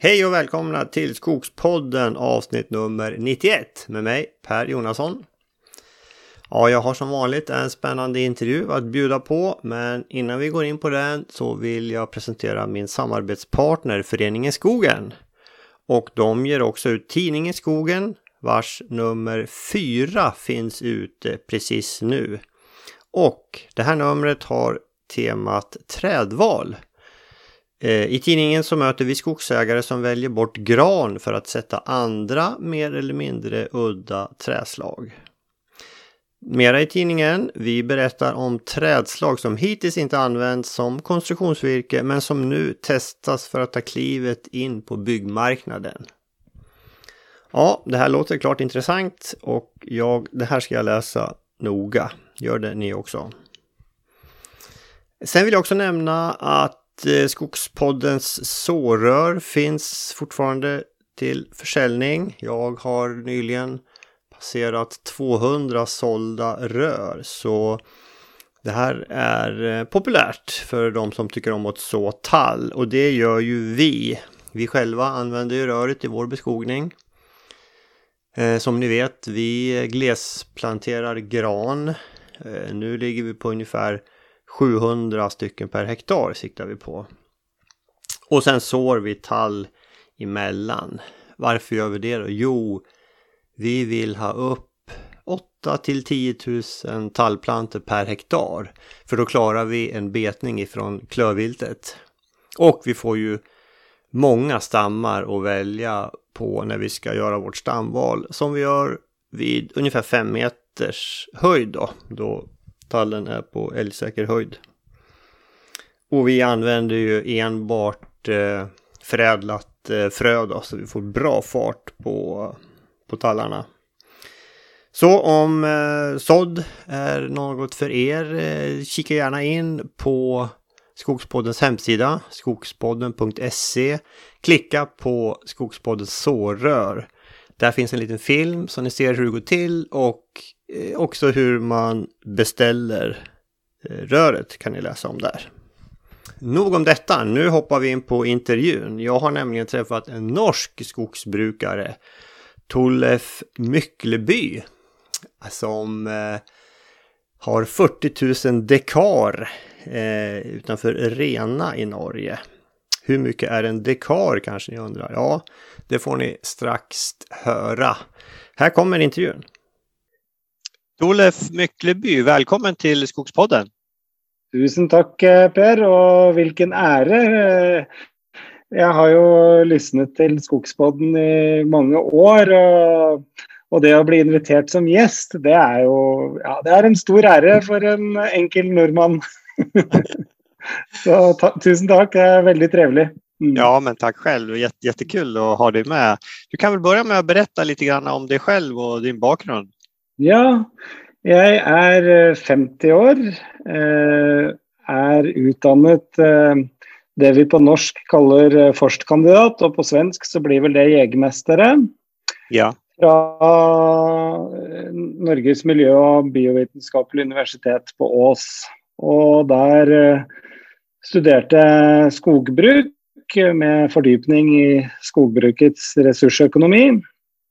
Hej och välkomna till Skogspodden avsnitt nummer 91 med mig Per Jonasson. Ja, jag har som vanligt en spännande intervju att bjuda på, men innan vi går in på den så vill jag presentera min samarbetspartner Föreningen Skogen. Och de ger också ut tidningen Skogen, vars nummer 4 finns ute precis nu. Och det här numret har temat trädval. I tidningen så möter vi skogsägare som väljer bort gran för att sätta andra mer eller mindre udda träslag. Mera i tidningen, vi berättar om trädslag som hittills inte används som konstruktionsvirke men som nu testas för att ta klivet in på byggmarknaden. Ja, det här låter klart intressant och det här ska jag läsa noga. Gör det ni också. Sen vill jag också nämna att Skogspoddens sårrör finns fortfarande till försäljning. Jag har nyligen passerat 200 sålda rör, så det här är populärt för de som tycker om att så tall, och det gör ju vi. Vi själva använder ju röret i vår beskogning. Som ni vet, vi glesplanterar gran. Nu ligger vi på ungefär 700 stycken per hektar siktar vi på. Och sen sår vi tall emellan. Varför gör vi det då? Jo, vi vill ha upp 8 till 10 000 tallplantor per hektar. För då klarar vi en betning ifrån klövviltet. Och vi får ju många stammar att välja på när vi ska göra vårt stamval. Som vi gör vid ungefär 5 meters höjd då tallen är på älgsäker höjd. Och vi använder ju enbart förädlat frö då, så vi får bra fart på tallarna. Så om sådd är något för er, kika gärna in på Skogspoddens hemsida, skogspodden.se. Klicka på Skogspoddens sårrör. Där finns en liten film så ni ser hur det går till, och också hur man beställer röret kan ni läsa om där. Nog om detta, nu hoppar vi in på intervjun. Jag har nämligen träffat en norsk skogsbrukare, Tollef Mykleby, som har 40 000 dekar utanför Rena i Norge. Hur mycket är en dekar kanske ni undrar? Ja, det får ni strax höra. Här kommer intervjun. Tollef Mykleby, välkommen till Skogspodden. Tusen tack Per, och vilken ära. Jag har ju lyssnat till Skogspodden i många år, och det att bli inviterad som gäst, det är ju det är en stor ära för en enkel norrman. Så tusen tack, det är väldigt trevligt. Ja, men tack själv. Jättekul att ha dig med. Du kan väl börja med att berätta lite grann om dig själv och din bakgrund. Ja, jag är 50 år, är utdannet det vi på norsk kallar forskkandidat, och på svensk så blir väl det jägmästare. Ja. Från Norges miljö- och biovetenskapliga universitet på Ås. Och där studerade jag skogbruk med fördjupning i skogbrukets resursekonomi.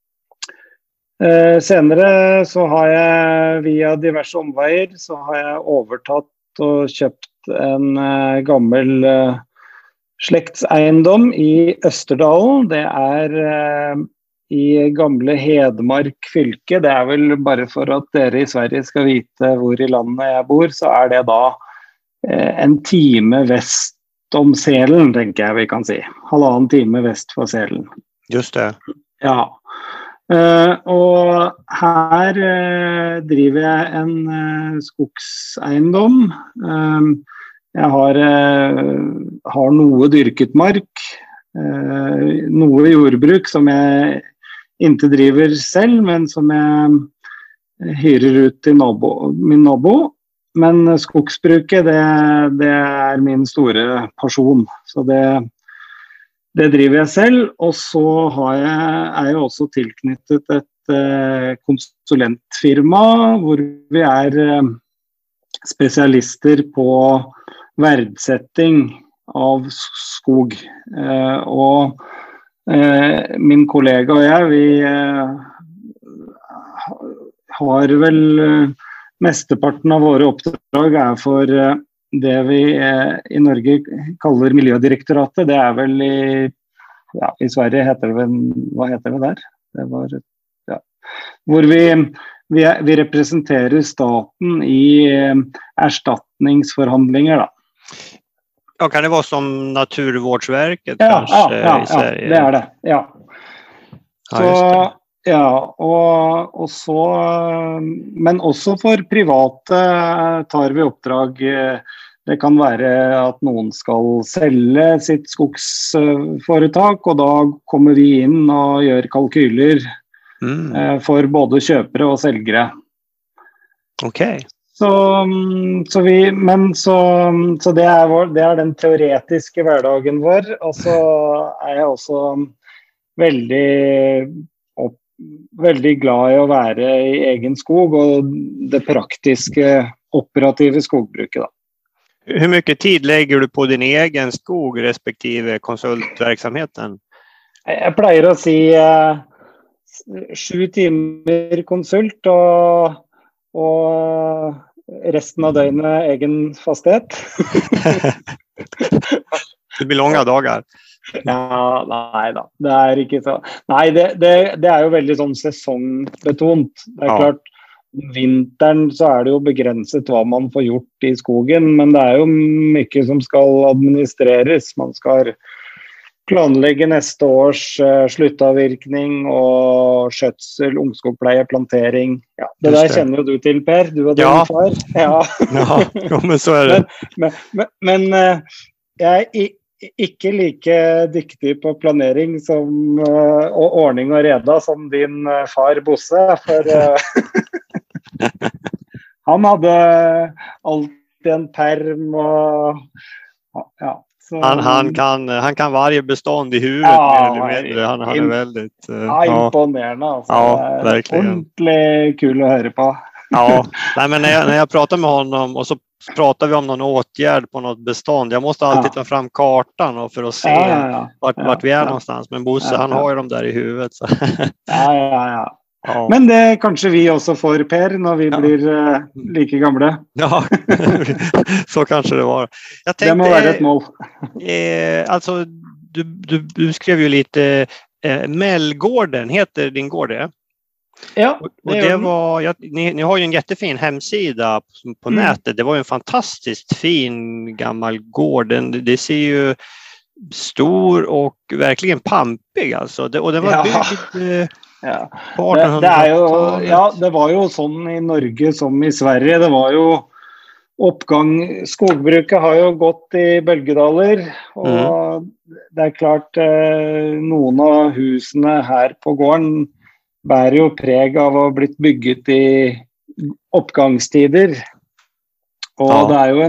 Senare så har jag via diverse omvägar så har jag övertagit och köpt en gammal släktsegendom i Österdalen. Det är i gamla Hedmark fylke. Det är väl bara för att dere i Sverige ska veta var i landet jag bor, så är det då en timme väst om Sälen, tänker jag vi kan se. Halvannan timme väst för Sälen. Just det. Ja. Och här driver jag en skogsegendom. Jag har något dyrket mark, något jordbruk som jag inte driver själv, men som jag hyrer ut till min nabo. Men skogsbruket, det är min stora passion, så det driver jag själv. Och så är jag också tillknyttet ett konsulentfirma där vi är specialister på värdesättning av skog. Och min kollega och jag, vi har väl mesteparten av våra uppdrag är för det vi i Norge kallar Miljödirektoratet. Det är väl i Sverige heter det väl, vad heter det där? Det var hvor vi representerar staten i ersättningsförhandlingar då. Ja, kan det vara som Naturvårdsverket kanske i Sverige? Ja, det är det. Ja. Så ja, och så men också för privata tar vi uppdrag. Det kan vara att någon ska sälja sitt skogsföretag och då kommer vi in och gör kalkyler för både köpare och säljare. Okej. Så det är den teoretiska vardagen vår, och så är jag också väldigt glad i att vara i egen skog och det praktiska operativa skogbruket då. Hur mycket tid lägger du på din egen skog respektive konsultverksamheten? Jag plejer att säga 7 timmar konsult och resten av dygnet egen fastighet. Det blir långa dagar. Ja, nej då. Det är inte så. Nej, det är ju väldigt sån säsongbetont. Det är klart, vintern så är det ju begränsat vad man får gjort i skogen, men det är ju mycket som ska administreras. Man ska planlägga nästa års slutavverkning och skötsel, ungskogspleie, plantering. Ja, det där känner ju du till, Per. Du och din far. Ja. Ja, men så är det. Men jag är inte lika duktig på planering som, och ordning och reda som din far Bosse. För han hade alltid en perm och ja. Han kan varje bestånd i huvudet mer eller mindre. Han är väldigt imponerande alltså. Ja, verkligen. Ordentligt kul att höra på. Ja, nej, men när jag pratar med honom och så pratar vi om någon åtgärd på något bestånd. Jag måste alltid ta fram kartan och för att se vart vi är någonstans. Men Bosse, han har ju dem där i huvudet. Så. Ja. Men det kanske vi också får, Per, när vi blir lika gamla. Ja, så kanske det var. Jag tänkte, det må vara ett mål. Alltså, du skrev ju lite Mellgården, heter din gård det? Ja. Och det var, ni har ju en jättefin hemsida på nätet. Det var ju en fantastiskt fin gammal gård. Det ser ju stor och verkligen pampig alltså. Och det var byggd... Ja. Det var ju sån i Norge som i Sverige. Det var ju uppgång. Skogbruket har ju gått i bølgedaler, och det är klart någon av husen här på gården bär ju preg av att ha blivit byggt i uppgångstider. Och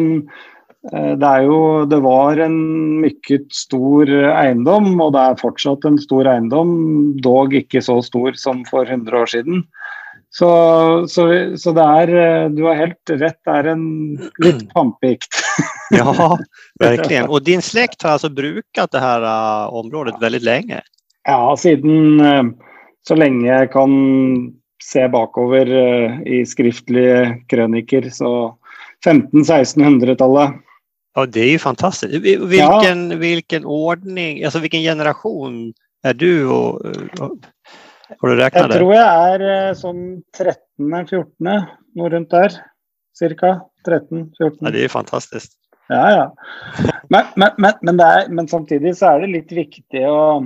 det var en mycket stor egendom, och det är fortsatt en stor egendom, dock inte så stor som för 100 år sedan. Så det är, du har helt rätt, det är en lite pampigt. Ja, verkligen. Och din släkt har alltså brukat det här området väldigt länge? Ja, sedan så länge jag kan se bakover i skriftliga kröniker, så 1500-1600-talet. Ja, det är ju fantastiskt. Vilken ordning, alltså vilken generation är du och har du räknat det? Jag tror jag är som 13-14, nog runt där. Cirka 13-14. Ja, det är fantastiskt. Ja. Men samtidigt så är det lite viktigt, och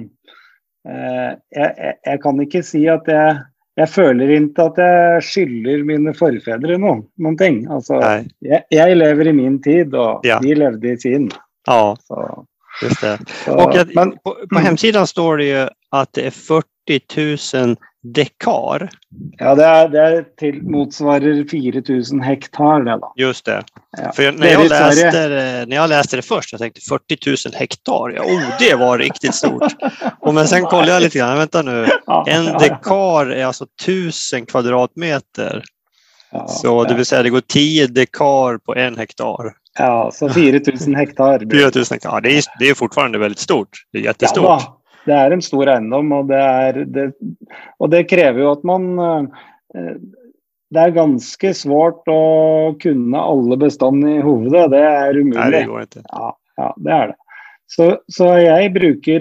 jag kan inte säga att jag känner inte att jag skyller mina förfäder någonting. Alltså, jag lever i min tid, och de levde i sin. Ja, så. Just det. Och på hemsidan står det ju att det är 40 000 dekar. Ja, det är till motsvarar 4 000 hektar det då. Just det. Ja. För när jag läste det först, jag tänkte 40 000 hektar. Ja, det var riktigt stort. Men sen kollade jag lite grann, vänta nu. En dekar är alltså 1000 kvadratmeter. Ja, så det vill säga det går 10 dekar på 1 hektar. Ja, så 4 000 hektar. 4 000 hektar, det är fortfarande väldigt stort. Det är jättestort. det är en stor eiendom, och det kräver ju att man det är ganska svårt att kunna alla bestånd i huvudet. Det är umuligt. Nej, det går inte. Ja, det är det. Så jag brukar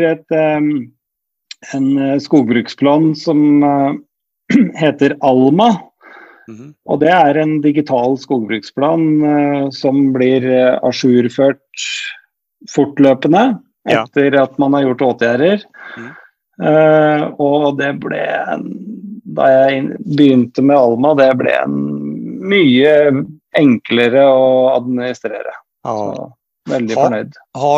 en skogbruksplan som heter Alma. Mhm. Och det är en digital skogbruksplan som blir ajourført fortløpende efter att man har gjort åtgärder. Och det blev, da jag begynte med Alma, det blev mycket enklare att administrera. Ja. Så, väldigt förnöjd.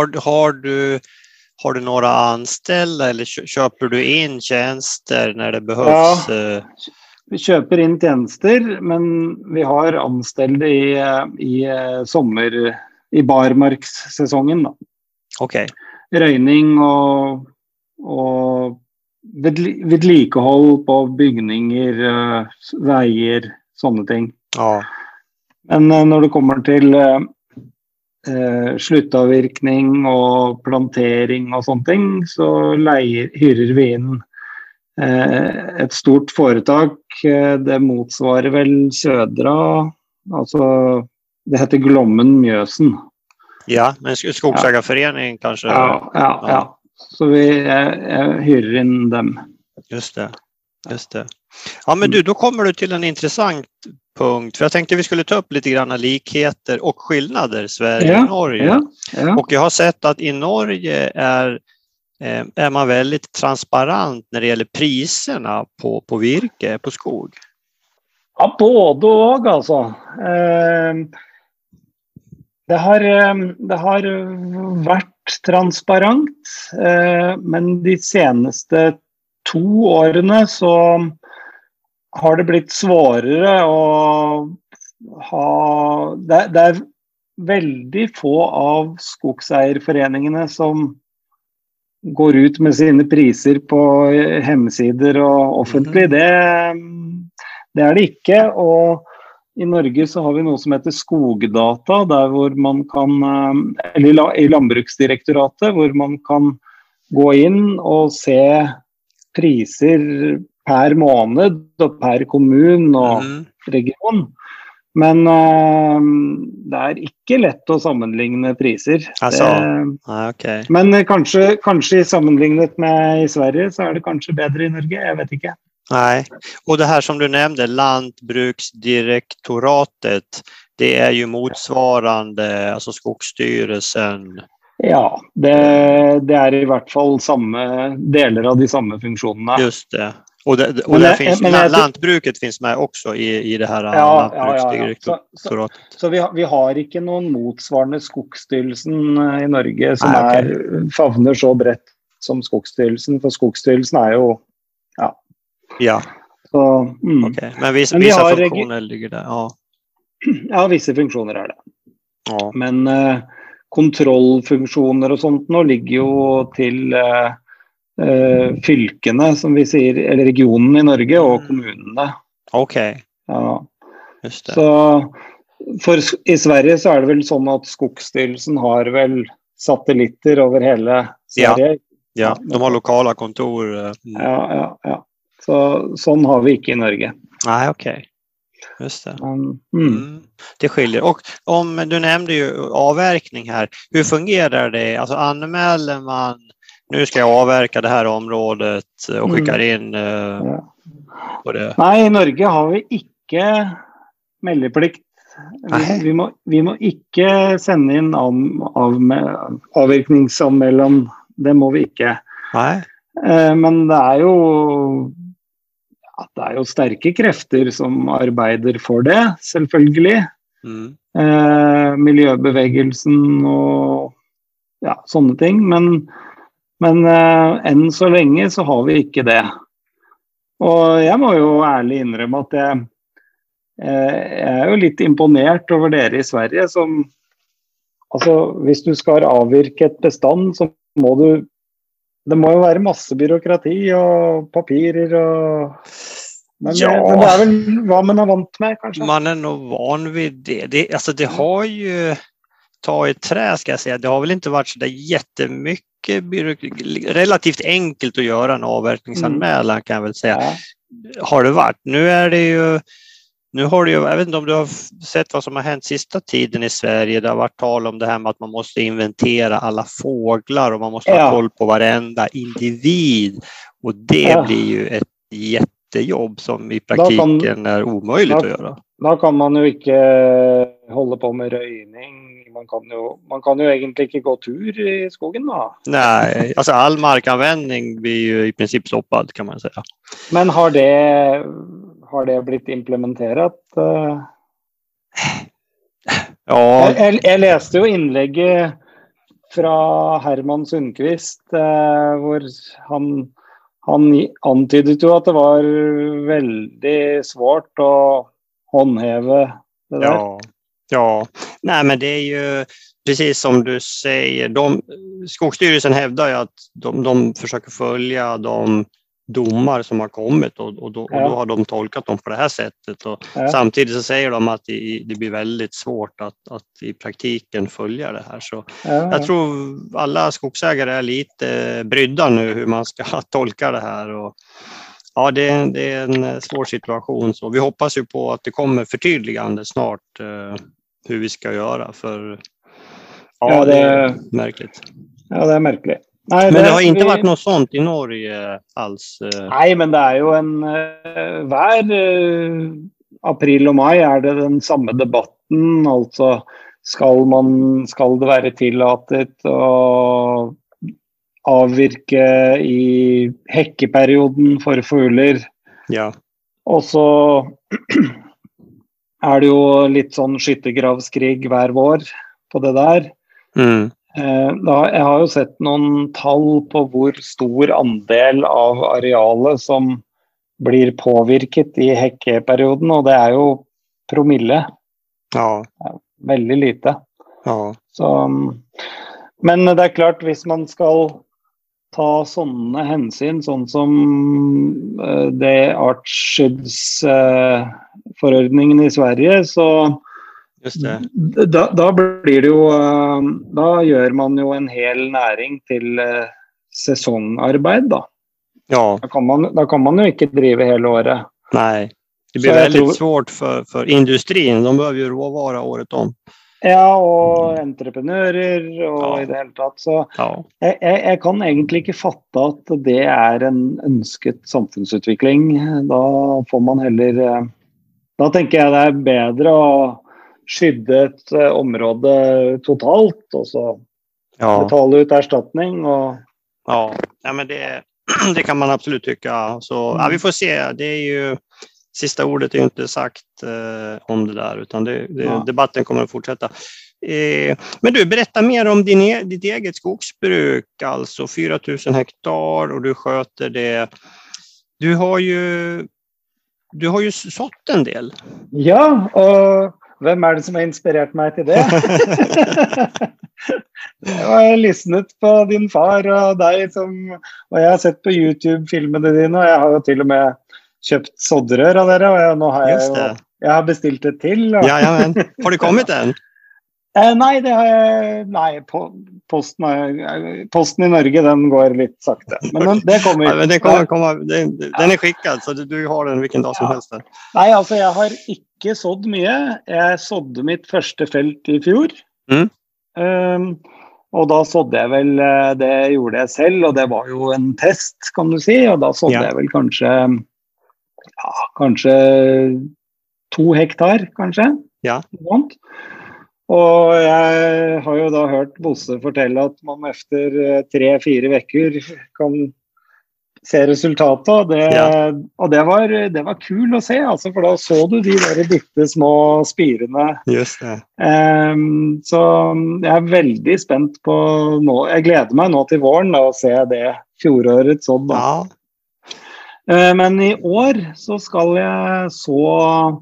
Har du några anställda eller köper du in tjänster när det behövs? Ja, vi köper in tjänster, men vi har anställda i i barmarkssäsongen. Okej. Röjning och vedlikehold på byggningar, vägar, sådana ting. Ja. Men när det kommer till slutavvirkning och plantering och sånt ting, så hyrer vi in ett stort företag. Det motsvarar väl södra, alltså det heter Glommen Mjøsen. Ja, men skogsägarförening kanske? Ja. Så vi hyrer in dem. Just det. Ja, men då kommer du till en intressant punkt. För jag tänkte vi skulle ta upp lite grann likheter och skillnader Sverige och Norge. Ja. Och jag har sett att i Norge är man väldigt transparent när det gäller priserna på virke, på skog. Ja, både och alltså. Det har varit transparent, men de senaste 2 åren så har det blivit svårare att ha... Det är väldigt få av skogsägarföreningarna som går ut med sina priser på hemsidor och offentligt. Det är det inte. Och i Norge så har vi något som heter Skogdata, där hvor man kan, eller i Landbruksdirektoratet, hvor man kan gå in och se priser per måned och per kommun och region. Men det är inte lätt att sammanligna priser. Alltså, okay. Men kanske sammanlignet med i Sverige så är det kanske bättre i Norge, jag vet inte. Nej, och det här som du nämnde, Lantbruksdirektoratet, det är ju motsvarande, alltså Skogsstyrelsen. Ja, det är i vart fall samma delar av de samma funktionerna. Just det. Och lantbruket finns med också i det här Lantbruksdirektoratet. Så vi har inte någon motsvarande Skogsstyrelsen i Norge som favnar så brett som Skogsstyrelsen, för Skogsstyrelsen är ju Ja. Så, Okay. Men vissa funktioner ligger där. Ja, vissa funktioner är det. Ja. Men kontrollfunktioner och sånt nu ligger ju till fylkena som vi säger, eller regionen i Norge och kommunerna. Okej. Ja. Just det. Så i Sverige så är det väl så att Skogsstyrelsen har väl satelliter över hela Sverige. Ja, de har lokala kontor. Ja. Sån har vi inte i Norge. Nej, okej. Just det. Det skiljer. Och om du nämnde ju avverkning här. Hur fungerar det? Alltså anmäler man, nu ska jag avverka det här området och skickar in på det? Nej, i Norge har vi inte meldeplikt. Vi må inte sända in avverkningsanmälan. Det må vi inte. Nej. Men det är ju starka krafter som arbetar för det, selvfølgelig. Miljöbevegelsen och sådana ting. Men än så länge så har vi inte det. Och jag må ju ärligt inrymma att jag är ju lite imponerad över det i Sverige som, alltså, hvis du ska avvirka ett bestånd så må du, det må ju vara massa byråkrati och papirer och men det är väl vad man är vant med kanske. Man är nog van vid det. Det har ju ta i trä ska jag säga, det har väl inte varit så där jättemycket relativt enkelt att göra en avverkningsanmälan kan jag väl säga. Ja. Har det varit. Nu har det ju, jag vet inte om du har sett vad som har hänt sista tiden i Sverige. Det har varit tal om det här med att man måste inventera alla fåglar och man måste ha koll på varenda individ. Och det blir ju ett jättejobb som i praktiken är omöjligt att göra. Då kan man ju inte hålla på med röjning. Man kan ju egentligen inte gå tur i skogen då. Nej, alltså all markanvändning blir ju i princip stoppad kan man säga. Men har det blivit implementerat? Ja. Jag läste ju inlägget från Herman Sundqvist hvor han antydde ju att det var väldigt svårt att håndhäva det där. Ja, nej men det är ju precis som du säger. Skogsstyrelsen hävdar ju att de försöker följa de domar som har kommit och då har de tolkat dem på det här sättet. Och samtidigt så säger de att det blir väldigt svårt att i praktiken följa det här. Så jag tror alla skogsägare är lite brydda nu hur man ska tolka det här. Och ja, det är en svår situation. Så vi hoppas ju på att det kommer förtydligande snart hur vi ska göra. För ja, det är märkligt. Ja, det är märkligt. Nej, men det har inte varit något sånt i Norge alls. Nej, men det är ju hver april och maj är det den samma debatten. Alltså, skal det vara tillåtet att avvirke i häckeperioden för fåglar? Ja. Och så är det ju lite sån skyttegravskrig hver vår på det där. Mm. Jag har ju sett någon tal på hur stor andel av arealet som blir påvirket i häckeperioden och det är ju promille. Ja. Väldigt lite. Ja. Så, men det är klart, hvis man ska ta sådana hänsyn sånn som det artskyddsförordningen i Sverige, så just det. Da blir det jo da gjør man jo en hel näring till säsongarbeid da. Ja. Da kan man ju inte driva hela året. Nej. Det blir väldigt svårt för industrin. De behöver ju råvara året om. Ja, och entreprenörer och i det hela tatt. Så jag kan egentligen inte fatta att det är en önsket samfunnsutvikling. Då får man heller då tänker jag det är bättre att skydda ett område totalt och så betala ut ersättning och ja, men det kan man absolut tycka. Så vi får se. Det är ju sista ordet är ju inte sagt om det där, utan debatten kommer att fortsätta. Men du, berätta mer om ditt eget skogsbruk, alltså 4 000 hektar och du sköter det. Du har ju sått en del. Ja, och vem är det som har inspirerat mig till det? Jag har lyssnat på din far och dig och jag har sett på YouTube-filmerna dina och jag har ju till och med köpt såddrör av det och nu har jag har beställt det till. Och ja, men har det kommit än? Nej, det har jag. Nej, posten i Norge den går lite sakta. Men det kommer. Ja, men den kommer komma. Den är skickad så du har den vilken dag som helst. Där. Nej, alltså jag har inte sådd mycket. Jag sådde mitt första fält i fjol. Och då sådde jag väl, det gjorde jag själv och det var ju en test kan du säga och då sådde jag väl kanske 2 hektar kanske. Ja. Och jag har ju då hört Bosse fortälla att man efter 3-4 veckor kan se resultatet och det var kul att se alltså för då såg du de där bitte små spirene. Just det. Så jag är väldigt spänd på nå. Jag gläder mig nu till våren då, att se det fjolåret sådd. Ja. Men i år så ska jag så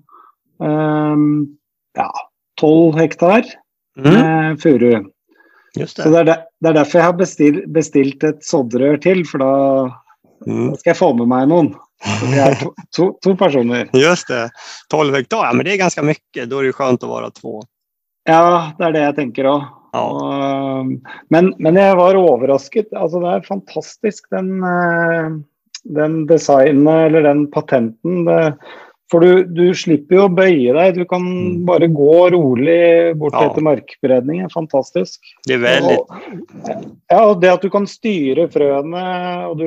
12 hektar furu. Just det. Så det är därför jag har beställt ett såddrör till för då ska jag få med mig någon. Så vi är två personer. Just det. 12 hektar, men det är ganska mycket. Då är det skönt att vara 2. Ja, det det jeg tenker òg. Ja. Men jeg var overrasket. Altså, det fantastisk, den designen eller den patenten. For du slipper jo å bøye deg. Du kan bare gå rolig bort etter markberedning. Fantastisk. Det är väldigt... Og det at du kan styre frøene og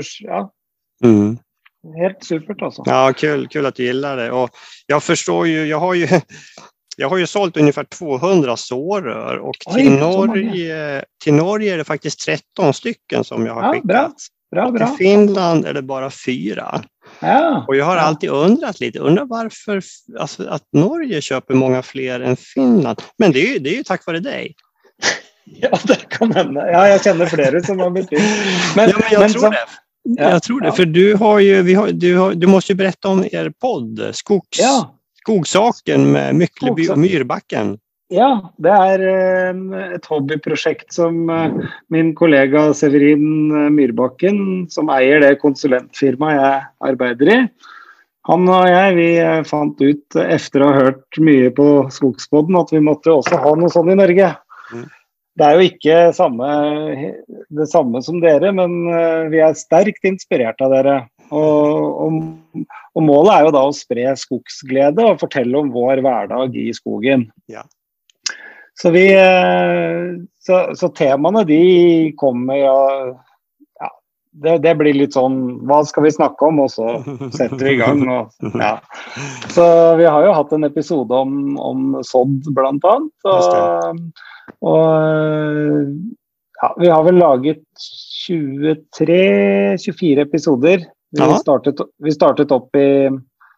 helt supert alltså. Ja, kul att du gillar det. Och jag förstår ju, jag har ju sålt ungefär 200 sårrör och till Norge är det faktiskt 13 stycken som jag har skickat. Bra. Till Finland är det bara 4. Ja, och jag har alltid undrar varför alltså, att Norge köper många fler än Finland. Men det är ju tack vare dig. Ja, det kan hända. Ja, jag känner flera som har betytt. Men jag tror det. Jag tror det, för du måste ju berätta om er podd, Skogsaken med Myckleby och Myrbacken. Ja, det är ett hobbyprojekt som min kollega Severin Myrbacken, som äger det konsulentfirma jag arbetar i. Han och jag, vi fant ut efter att ha hört mycket på Skogspodden att vi måste också ha något sånt i Norge. Det är ju inte det samme som dere, men vi är starkt inspirerade av dere. Och målet är ju då att spre skogsglede och fortelle om vår hverdag i skogen. Ja. Så så temana de kommer det blir lite sån, vad ska vi snacka om, och så sätter vi igång och Så vi har ju haft en episod om sådd bland annat. Vi har väl laget 23-24 episoder. Vi startet upp i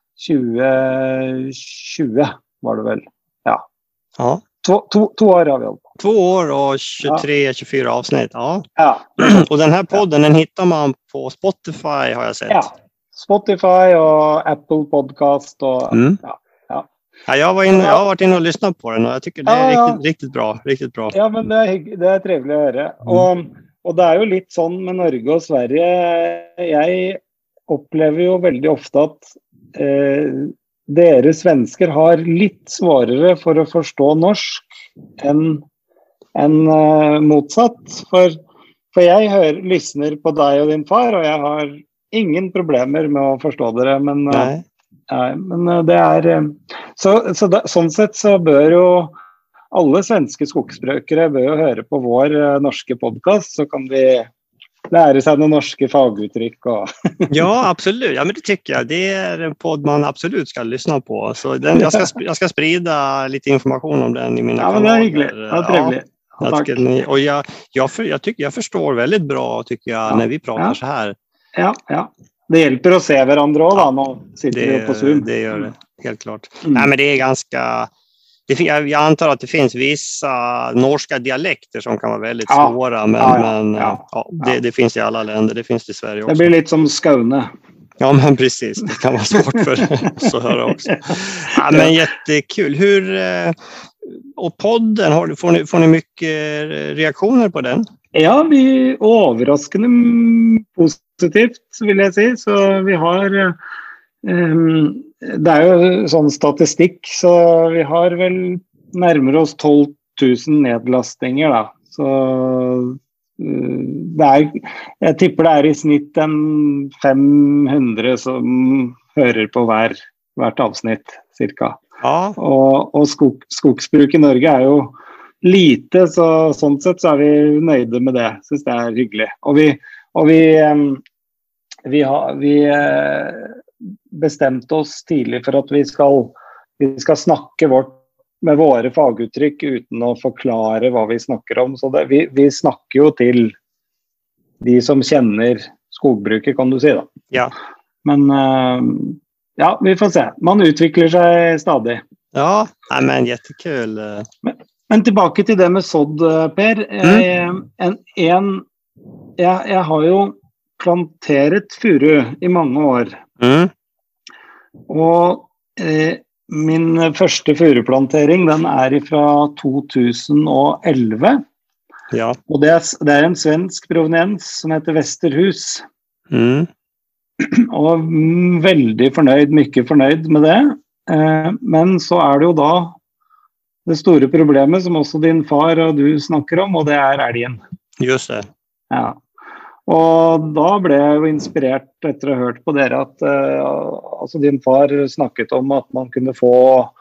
2020 var det väl. Ja. 2 år har vi hållit på. 2 år och 23-24 avsnitt. Ja. Och den här podden den hittar man på Spotify har jag sett. Ja. Spotify och Apple Podcast och Ja, jag har varit inne och lyssnat på den och jag tycker det är riktigt bra. Ja, men det är trevligt att höra. Och det är ju lite sån med Norge och Sverige. Jag upplever ju väldigt ofta att dere svenskar har lite svårare för att förstå norsk än motsatt. För jag lyssnar på dig och din far och jag har ingen problem med att förstå det, men men det är sånn sett så bör ju alla svenska skogsbrukare bör höra på vår norska podcast, så kan de lära sig några norska faguttryck och Ja, absolut. Ja, men det tycker jag. Det är en podd man absolut ska lyssna på. Så jag ska sprida lite information om den i mina kanaler. Ja, men det är hyggligt. Ja, trevligt. Tack. Och jag tycker jag förstår väldigt bra tycker jag när vi pratar så här. Ja. Det hjälper att se varandra då när sitter vi på Zoom. Det gör det, helt klart. Nej, men det är ganska... Jag antar att det finns vissa norska dialekter som kan vara väldigt svåra, men det finns i alla länder. Det finns i Sverige också. Det blir lite som Skåne. Ja, men precis. Det kan vara svårt för oss att höra också. Ja, men jättekul. Och podden, får ni mycket reaktioner på den? Ja, vi överraskande positivt vill jag säga. Så vi har... det är ju sån statistik, så vi har väl närmare oss 12 000 nedlastningar då. Så jag tippar det är i snitt en 500 som hører på hvert avsnitt cirka. Ja. Och skogsbruk i Norge är ju lite, så sånt sett så är vi nöjda med det. Syns det är hyggligt. Och vi bestämt oss tidigt för att vi ska snacka med våra faguttryck utan att förklara vad vi snackar om. Så vi snackar ju till de som känner skogbruket, kan du säga då. Ja. Men vi får se. Man utvecklar sig stadigt. Ja, men jättekul. Men tillbaka till det med sådd, Per. Jag har ju planterat furu i många år. Och min första furuplantering den är ifrån 2011. Ja. Och det är en svensk proveniens som heter Västerhus. Och väldigt förnöjd, mycket förnöjd med det. Men så är det ju då det store problemet som også din far og du snakker om, og det er elgen. Just det. Ja. Og da ble jeg jo inspirert etter å ha hørt på dere at altså din far snakket om at man kunne få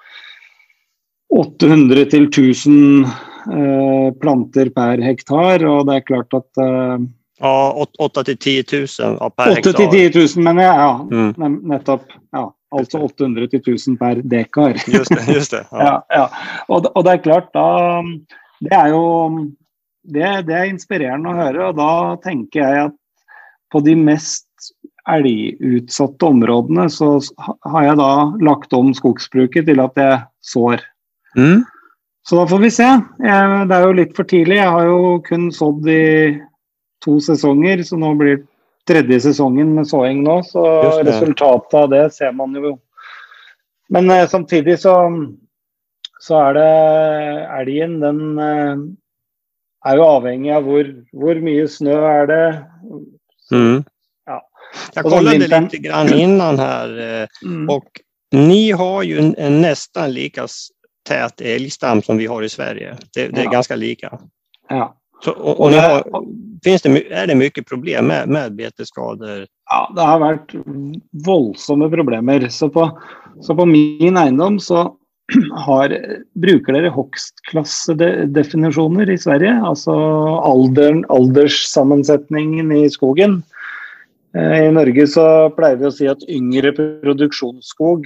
800 til 1000 planter per hektar, og det er klart at ja, 8 til 10 000 per hektar. 8 til 10 000, men ja, nettopp. Ja, altså 800 til 1000 per dekar. Just det. Ja. Ja. Og det er klart, da, det er jo det er inspirerende å høre, og da tenker jeg at på de mest elgutsatte områdene så har jeg da lagt om skogsbruket til at jeg sår. Så da får vi se. Det er jo litt for tidlig. Jeg har jo kun sådd i 2 sesonger, så nå blir 3. sesongen med såing nå, så resultatet av det ser man jo. Men samtidig så er det elgen, den är ju avhängig av hur mycket snö är det. Ja. Jag kollade lite grann innan här och ni har ju en nästan lika tät älgstam som vi har i Sverige. Det är ganska lika. Ja. Så, och är det mycket problem med betesskador? Ja, det har varit våldsamma problem. Så på min eiendom så bruker dere hogstklassedefinisjoner i Sverige, altså alderssammensetningen i skogen. I Norge så pleier vi å si at yngre produksjonsskog,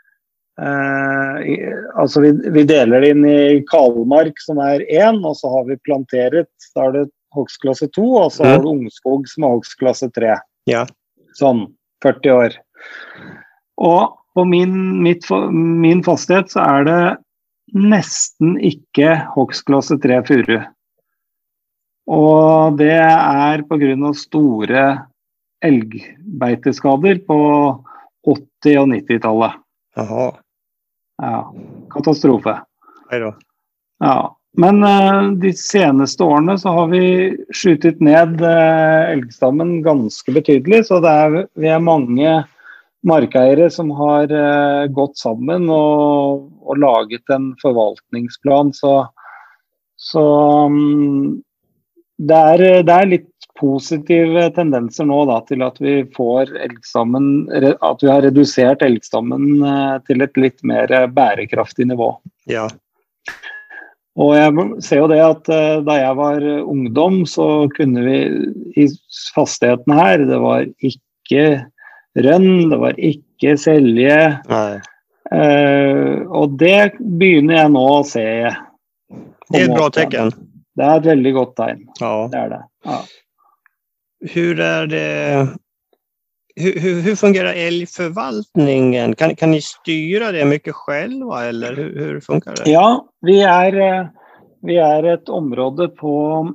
altså vi deler det inn i kalmark som er 1, og så har vi planteret, da er det hogstklasse 2, og så har du ungskog som er hogstklasse 3. Ja. Sånn, 40 år. Og på min fastighet så er det nesten ikke hogstklasse 3 furu. Og det er på grunn av store elgbeiteskader på 80- og 90-tallet. Jaha. Ja, katastrofe. Hejdå. Ja, men de seneste årene så har vi skjutit ned elgstammen ganske betydelig, så vi er mange markeiere som har gått sammen og laget en forvaltningsplan, så det er litt positive tendenser nå da, til at vi får elgstammen, at vi har redusert elgstammen til et litt mer bærekraftig nivå. Ja. Og jeg ser jo det at da jeg var ungdom så kunne vi i fastigheten her, det var ikke rønn, det var ikke selje. Og det begynner jeg nå å se. Det er et bra tecken. Det er et veldig godt tegn. Ja. Det er det. Ja. Hur fungerar älgförvaltningen? Kan ni styra det mycket själva eller hur funkar det? Ja, vi är ett område på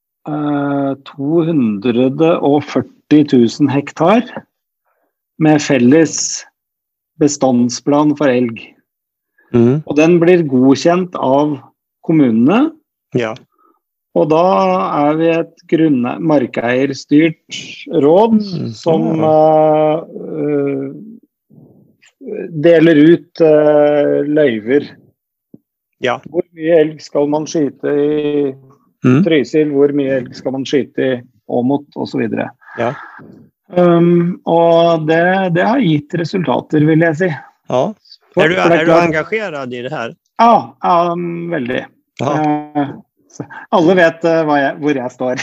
240 000 hektar med felles bestandsplan for elg. Og den blir godkjent av kommunene. Ja. Og da er vi et markeierstyrt råd som deler ut løyver. Ja. Hvor mye elg skal man skyte i Trysil, hvor mye elg skal man skyte i Åmot, og så videre. Ja. Og det har gitt resultater, vil jeg si. Ja. Er du engagerad i det her? Ja, veldig. Alle vet hvor jeg står.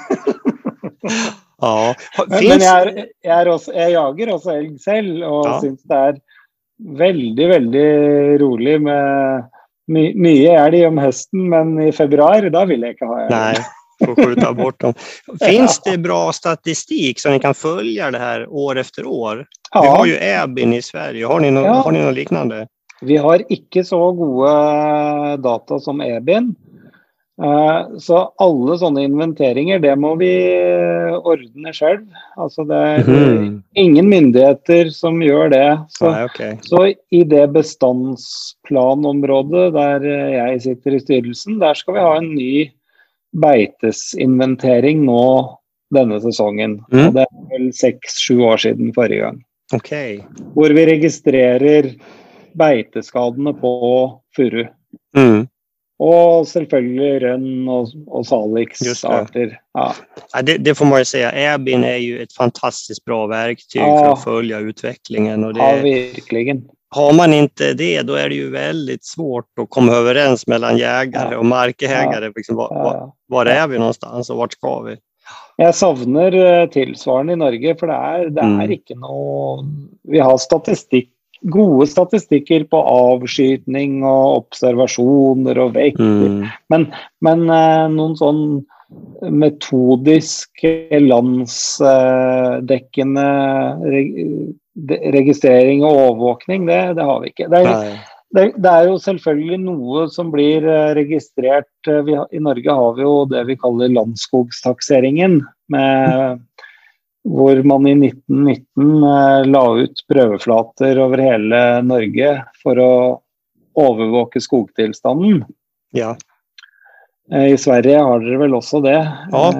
Ja. Men jeg jager også elg selv, og synes det er veldig, veldig rolig med mye elg om høsten, men i februar, da vil jeg ikke ha elg. Nej, får skjuta bort dem. Finns det bra statistik så ni kan följa det här år efter år? Ja. Vi har ju EBIN i Sverige. Har ni något liknande? Vi har ikke så gode data som EBIN. Så alle sånne inventeringer, det må vi ordne selv. Altså det er ingen myndigheter som gjør det. Så i det bestandsplanområdet der jeg sitter i styrelsen, der skal vi ha en ny beitesinventering nå denne sesongen. Og det er vel 6-7 år siden forrige gang. Hvor vi registrerer beiteskadene på furu. Och selvfølgelig Rønn och Salix-arter. Ja. Ja, det får man ju säga. Äbin är ju ett fantastiskt bra verktyg för att följa utvecklingen. Och det, ja, verkligen. Har man inte det, då är det ju väldigt svårt att komma överens mellan jägare och markägare. Liksom, var är vi någonstans och vart ska vi? Jag savner tilsvarende i Norge, för det är inte något... Vi har gode statistikker på avskytning och observationer och vekt. Men någon sån metodisk landsdekkende registrering och övervakning, det har vi inte. Det är ju selvfølgelig noe som blir registrert. I Norge har vi jo det vi kallar landskogstakseringen, hvor man i 1919 la ut prøveflater över hela Norge för att övervaka skogtillstånden. Ja. I Sverige har dere väl också det? Ja.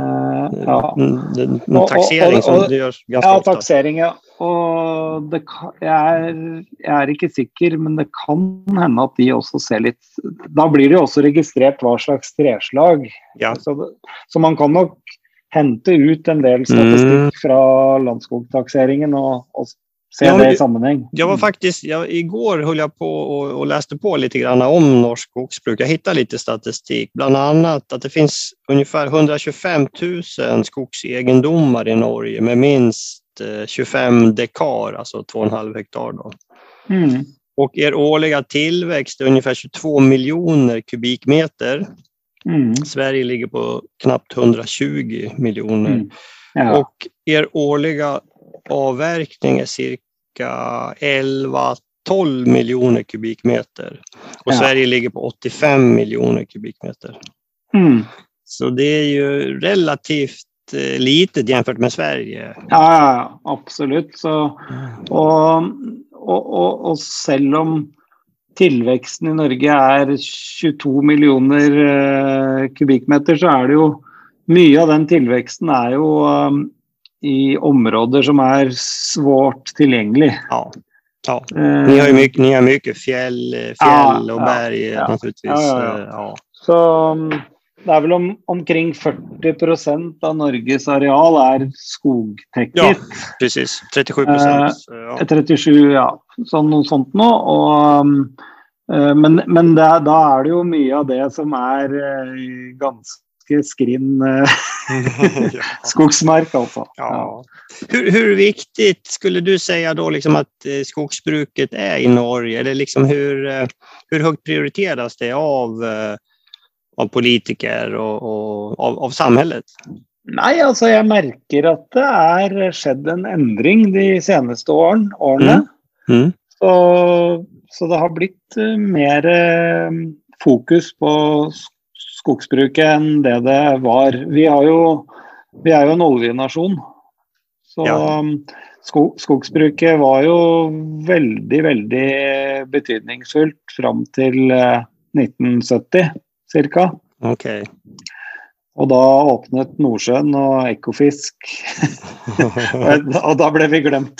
Taxering som det görs ganska ofta. Taxering, ja. Och jag är inte säker, men det kan hända att de också ser lite... Då blir det också registrerat vad slags träslag. Ja. Så man kan nog hämta ut en del statistik från landskogstaxeringen och se det i sammanhang. Jag var faktiskt, igår höll jag på och läste på lite grann om norsk skogsbruk. Jag hittade lite statistik, bland annat att det finns ungefär 125 000 skogsegendomar i Norge med minst 25 dekar, alltså 2,5 hektar då. Och er årliga tillväxt är ungefär 22 miljoner kubikmeter. Sverige ligger på knappt 120 miljoner. Ja. Och er årliga avverkning är cirka 11-12 miljoner kubikmeter. Och Sverige ligger på 85 miljoner kubikmeter. Så det är ju relativt litet jämfört med Sverige. Ja, absolut. Så, och selv om tillväxten i Norge är 22 miljoner kubikmeter, så är det ju mycket av den tillväxten är ju i områden som är svårt tillgängliga. Ja. Ni har mycket fjäll och berg naturligtvis. Ja. Så det är väl omkring 40% av Norges areal är skogtäcket. Ja, precis. 37%. 37, så något sånt nu. Och men då är det ju mycket av det som är ganska skrinn skogsmark alltså. Ja. Hur viktigt skulle du säga då liksom att skogsbruket är i Norge? Eller liksom hur högt prioriteras det av politiker och av samhället? Nej, alltså jag märker att det är skett en ändring de senaste åren. Så det har blivit mer fokus på skogsbruket än det var. Vi är ju en oljenation. Så skogsbruket var ju väldigt betydningsfullt fram till 1970 cirka. Okej. Och då öppnade Nordsjön och Ekofisk. Och då blev vi glömt.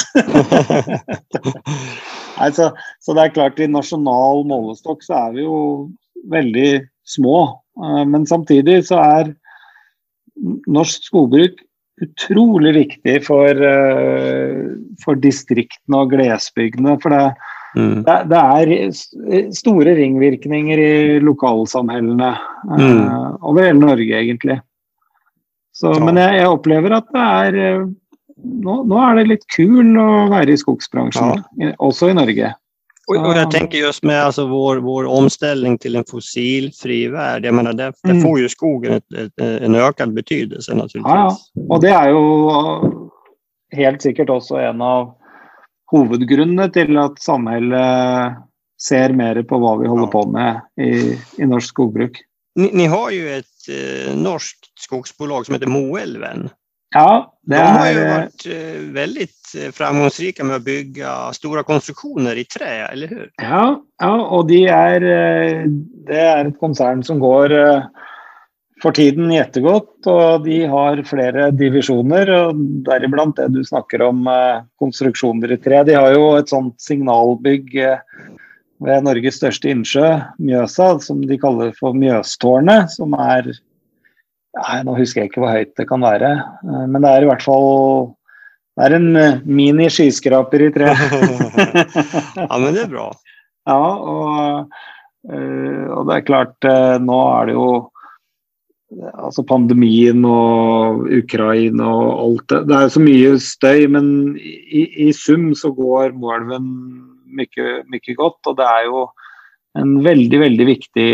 Alltså, så det är klart, i national målestock så är vi ju väldigt små. Men samtidigt så är norsk skogbruk otroligt viktig för distrikten och glesbygderna. För det är stora ringvirkningar i lokalsamhällena över hela Norge egentligen. Så, men jag upplever att det är nu är det lite kul att vara i skogsbranschen också i Norge. Och jag tänker just med alltså vår omställning till en fossilfri värld. Jag menar, där får ju skogen en ökad betydelse naturligtvis. Ja, och det är ju helt säkert också en av huvudgrunderna till att samhället ser mer på vad vi håller på med i norsk skogsbruk. Ni har ju ett norskt skogsbolag som heter Moelven. Ja, de har ju varit väldigt framgångsrika med att bygga stora konstruktioner i trä, eller hur? Ja, och det är ett koncern som går för tiden jättegott, och de har flera divisioner, och däribland det du snackar om konstruktioner i trä. De har ju ett sånt signalbygg ved Norges største innsjø, Mjøsa, som de kaller for Mjøstårnet, som nå husker jeg ikke hvor høyt det kan være, men det er i hvert fall det er en mini-skyskraper i tre. Ja, men det er bra. Ja, og det er klart, nå er det jo altså pandemien og Ukraina og alt det. Det er jo så mye støy, men i sum så går Moelven mye godt, og det er jo en veldig, veldig viktig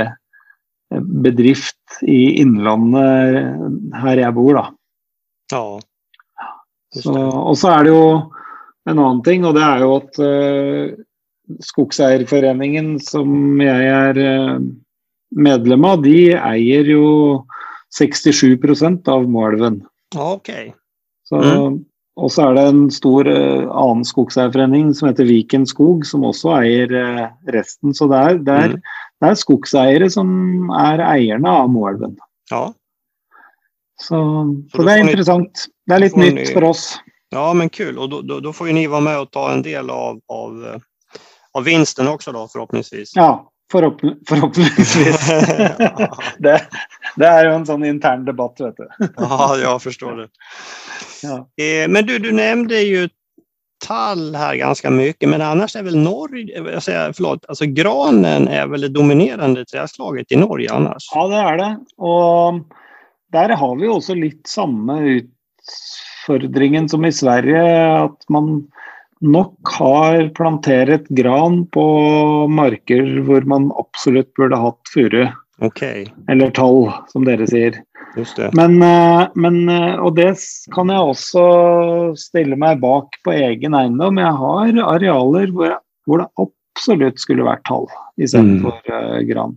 bedrift i innlandet her jeg bor da. Ja. Og så er det jo en annen ting, og det er jo at Skogseierforeningen som jeg er medlem av, de eier jo 67% av Moelven. Ok. Og så er det en stor annen skogseierforening som heter Viken Skog, som også eier resten. Så det er skogseiere som er eierne av Moelven. Ja. Så det er interessant. Det er litt nytt for oss. Ja, men kul. Och då får ju ni vara med och ta en del av vinsten också då, förhoppningsvis. Ja, förhoppningsvis. det är ju en sån intern debatt, vet du. Ja, jag förstår det. Ja. Men du nämnde ju tall här ganska mycket, men annars är väl Norge, alltså granen är väl det dominerande trädslaget i Norge annars? Ja, det är det. Och där har vi också lite samma utfordringen som i Sverige, att man nok har planteret gran på marker hvor man absolutt burde hatt furu. Okay. Eller tall, som dere sier. Just det. Men og det kan jeg også stille meg bak på egen eiendom. Jeg har arealer hvor det absolutt skulle vært tall i stedet for gran.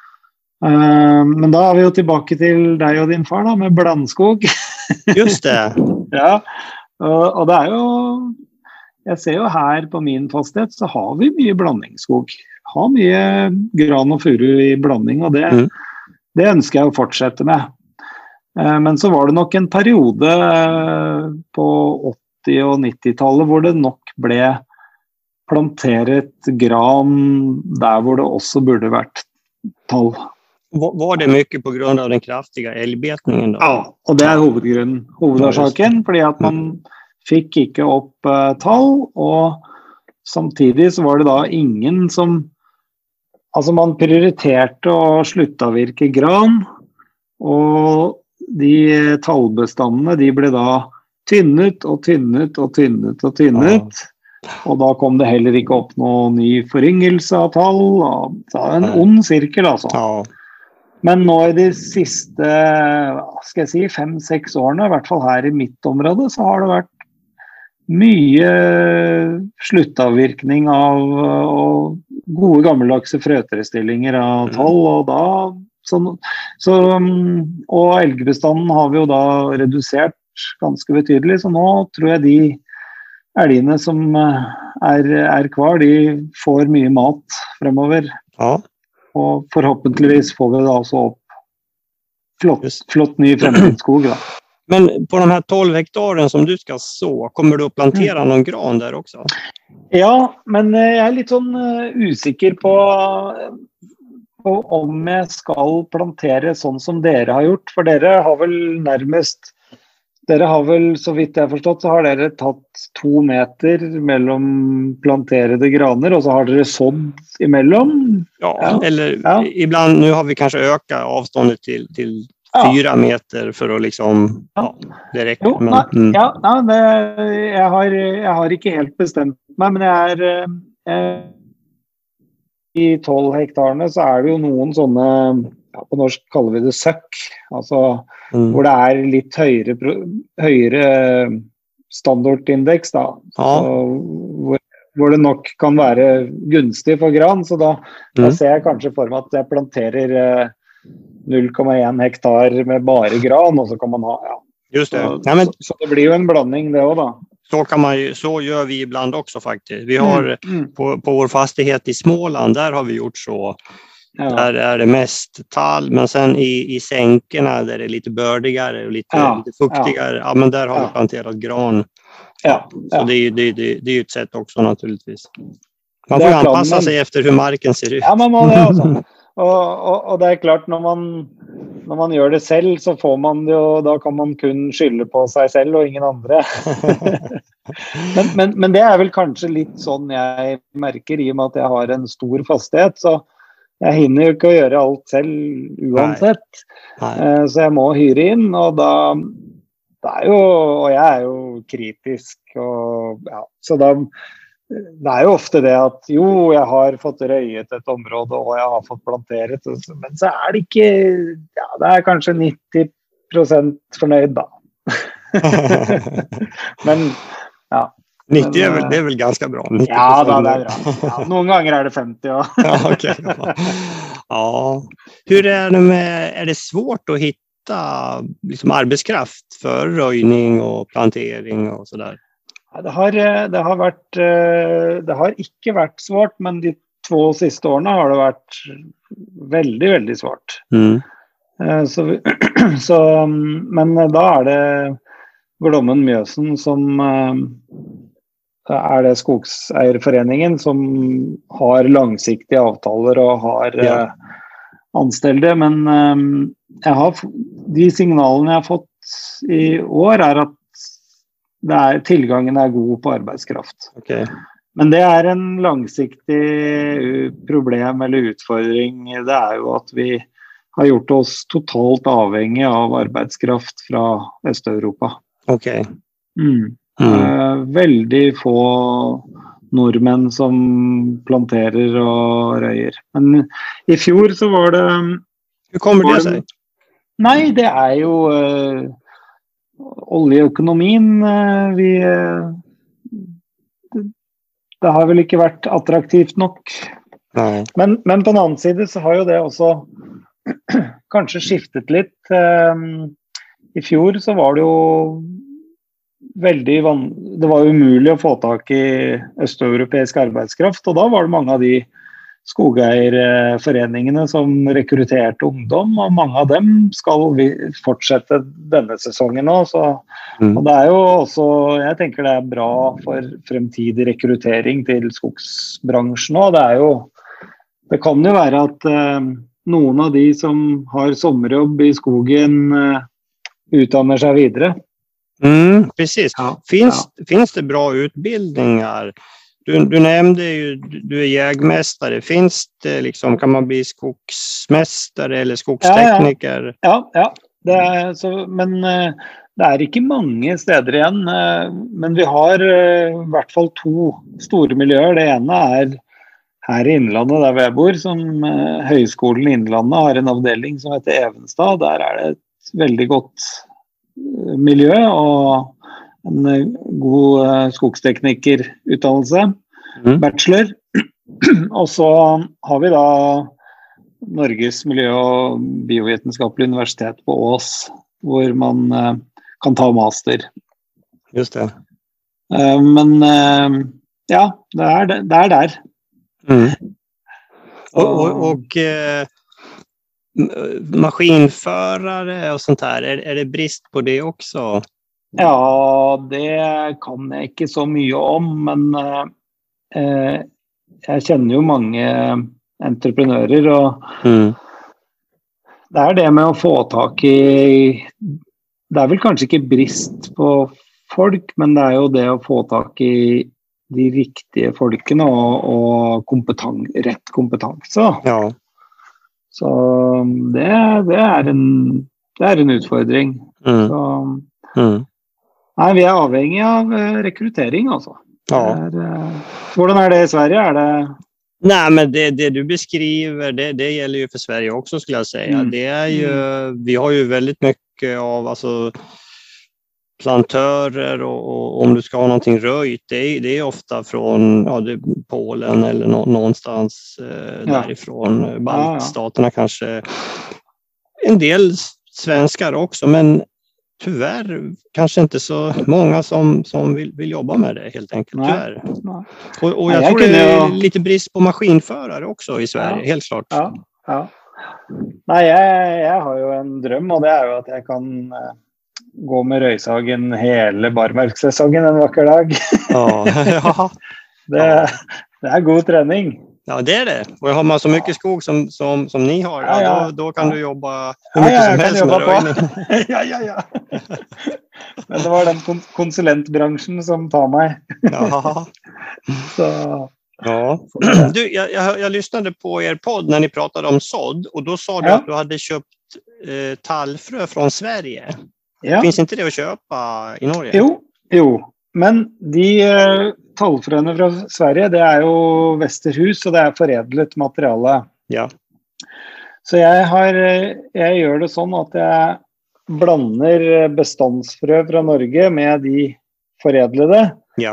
Men da er vi jo tilbake til deg og din far da, med blandskog. Just det. Ja, og det er jo, jeg ser jo her på min fastighet så har vi mye blandingsskog. Har mye gran og furu i blanding, og det ønsker jeg å fortsette med. Men så var det nok en periode på 80- og 90-tallet hvor det nok ble planteret gran der hvor det også burde vært tall. Var det mycket på grund av den kraftiga älgbetningen då? Ja, och det är hovedårsaken, fordi at man fick ikke opp tall, og samtidig så var det da ingen som, altså man prioriterte å sluttavvirke gran, og de tallbestandene, de ble da tynnet og tynnet og tynnet og tynnet, og da kom det heller ikke opp noen ny foryngelse av tall, og det er en ond sirkel altså. Ja. Men nå i de siste, skal jeg si, 5-6 årene, i hvert fall her i mitt område, så har det vært mye sluttavvirkning av gode gammeldagse frøtrestillinger av tall, og da, og elgbestanden har vi jo da redusert ganske betydelig, så nå tror jeg de elgene som er kvar, de får mye mat fremover. Ja. Og forhåpentligvis får vi da også opp flott ny fremtidsskog da. Men på de här 12 hektaren som du ska så, kommer du att plantera någon gran där också? Ja, men jag är lite sån usikker på om jag ska plantera sånt som dere har gjort, för dere har väl närmast, dere har väl, så vitt jag förstått, så har dere tatt 2 meter mellan planterade graner och så har dere sådd emellan. Ja, eller ibland, nu har vi kanske ökat avståndet till 4 meter för att liksom, det räcker. Jo, men, jag har inte helt bestämt mig, men jag är i 12 hektarene så är det ju någon sånna, på norsk kallar vi det søkk, alltså hvor det är lite högre standardindex då. Så, hvor det nok kan være gunstig for gran, så da ser jeg kanskje for meg at jeg planterer 0,1 hektar med bare gran, og så kan man ha, Just det. Så det blir jo en blandning det også da. Så gör vi ibland också faktiskt. Vi har på vår fastighet i Småland, där har vi gjort så. Ja. Där är det mest tall, men sen i sänkerna där det är lite bördigare och lite fuktigare, men där har vi planterat gran. Så det är ju ett sätt också naturligtvis. Man får ju anpassa sig efter hur marken ser ut. Ja, man må det alltså. Och det är klart, när man gör det själv så får man det, och då kan man kun skylla på sig själv och ingen andra. men det är väl kanske lite sån jag märker i och med att jag har en stor fastighet, så jag hinner ju inte att göra allt själv oavsett. Nej. Så jag må hyra in, och då det är ju, och jag är ju kritisk, och ja, så då det är ju ofta det att jo, jag har fått röjt ett område och jag har fått planterat, men så är det inte, ja, det är kanske 90% förnöjd då. Men ja. 90 det är väl ganska bra. Ja, det är bra. Ja, någon gånger är det 50. Ja. Ja, okay. Ja. Hur är det är det svårt att hitta liksom arbetskraft för röjning och plantering och sådär? Ja, det har inte varit svårt, men de 2 sista åren har det varit väldigt, väldigt svårt. Mm. Men då är det Glommen Mjøsen som är det skogseierforeningen som har långsiktiga avtaler och har anställda. Men de signalerna jag har fått i år är att tillgången är god på arbetskraft. Okay. Men det är en långsiktig problem eller utfordring. Det är ju att vi har gjort oss totalt avhängiga av arbetskraft från Östeuropa. Okej. Okay. Väldigt få norrmän som planterar och röjer. Men i fjol så var det... Hur kommer det sig? Nej, det är ju oljeekonomin. Det har väl inte varit attraktivt nog. Nej. Men på den andra sidan så har ju det också kanske skiftat lite. I fjol så var det ju det var umuligt att få tag i östeuropeisk arbetskraft, och då var det många av de skogägarföreningarna som rekryterade ungdom, och många av dem ska vi fortsätta denna säsongen nu, så och det är ju också, jag tänker det är bra för framtida rekrytering till skogsbranschen, och det kan ju vara att någon av de som har sommarjobb i skogen utbildar sig vidare. Precis. Ja, finns det bra utbildningar? Du nämnde ju, du är jägmästare. Finns det liksom, kan man bli skogsmästare eller skogstekniker? Ja. Det är så, men det är inte många städer igen. Men vi har i hvert fall 2 stora miljöer. Det ena är här i Innlandet där vi bor, som Högskolan i Innlandet har en avdelning som heter Evenstad. Där är det ett väldigt gott miljö och en god skogsteknikerutdannelse, bachelor. Och så har vi då Norges miljö- och biovetenskapliga universitet på Ås, där man kan ta master. Just det. Men ja, det är där. Och maskinförare och sånt här, är det brist på det också? Ja, det kan jag inte så mycket om, men jag känner ju många entreprenörer, och det är det med att få tag i, det är väl kanske inte brist på folk, men det är ju det att få tag i de riktiga folken och rätt kompetens. Ja. Så det är en utfordring. Nej, vi är avhängiga av rekrytering alltså. Ja. Hur är det i Sverige? Är det... Nej, men det du beskriver, det gäller ju för Sverige också, skulle jag säga. Det är ju, vi har ju väldigt mycket av alltså plantörer, och om du ska ha någonting röjt, det är ofta från Polen eller någonstans därifrån, baltstaterna kanske. En del svenskar också, men tyvärr kanske inte så många som vill jobba med det, helt enkelt. Tyvärr. Och jag tror det är lite brist på maskinförare också i Sverige, helt klart. Ja. Nej, jag har ju en dröm, och det är ju att jag kan gå med röjsagen hela barmarkssäsongen en vacker dag. Ja. Det är god träning. Ja, det är det. Och har man så mycket skog som ni har, då kan du jobba hur mycket som helst med röjning. Ja. Men det var den konsulentbranschen som tar mig. Ja. Så. Ja. Du, jag lyssnade på er podd när ni pratade om sådd och då sa du att du hade köpt tallfrö från Sverige. Ja. Finns inte det att köpa i Norge? Jo. Men de tallfrøene från Sverige, det är ju Vesterhus och det är förädlat material. Ja. Så jag gör det sånn att jag blandar bestandsfrö från Norge med de förädlade. Ja.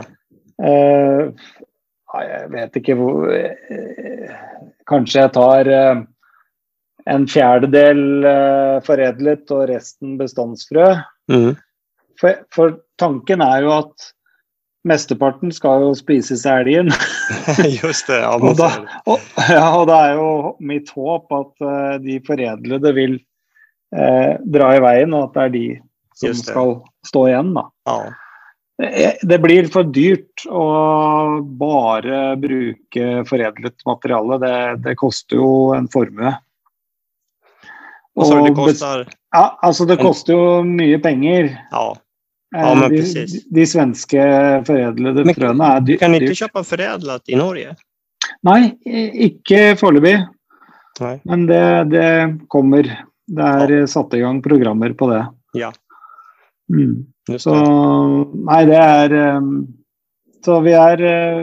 Jag vet inte kanske jag tar en fjerdedel förädlat och resten bestandsfrö. Mm. För tanken är ju att mesteparten ska ju spises älgen. Just det. Ja, och det är ju mitt hopp att de förädlade vill dra i vägen och att det är de som ska stå igen då. Ja. Det blir för dyrt att bara bruka förädlat material. Det kostar ju en formue. Och det kostar? Ja, alltså det kostar ju mycket pengar. Ja. Ja, men precis. De svenska förädlade fröna är dyrt. Kan ni inte köpa förädlat i Norge? Nej, inte föreløpig. Men det kommer. Det är satt igång programmer på det. Ja. Mm. Så nej, det är så vi är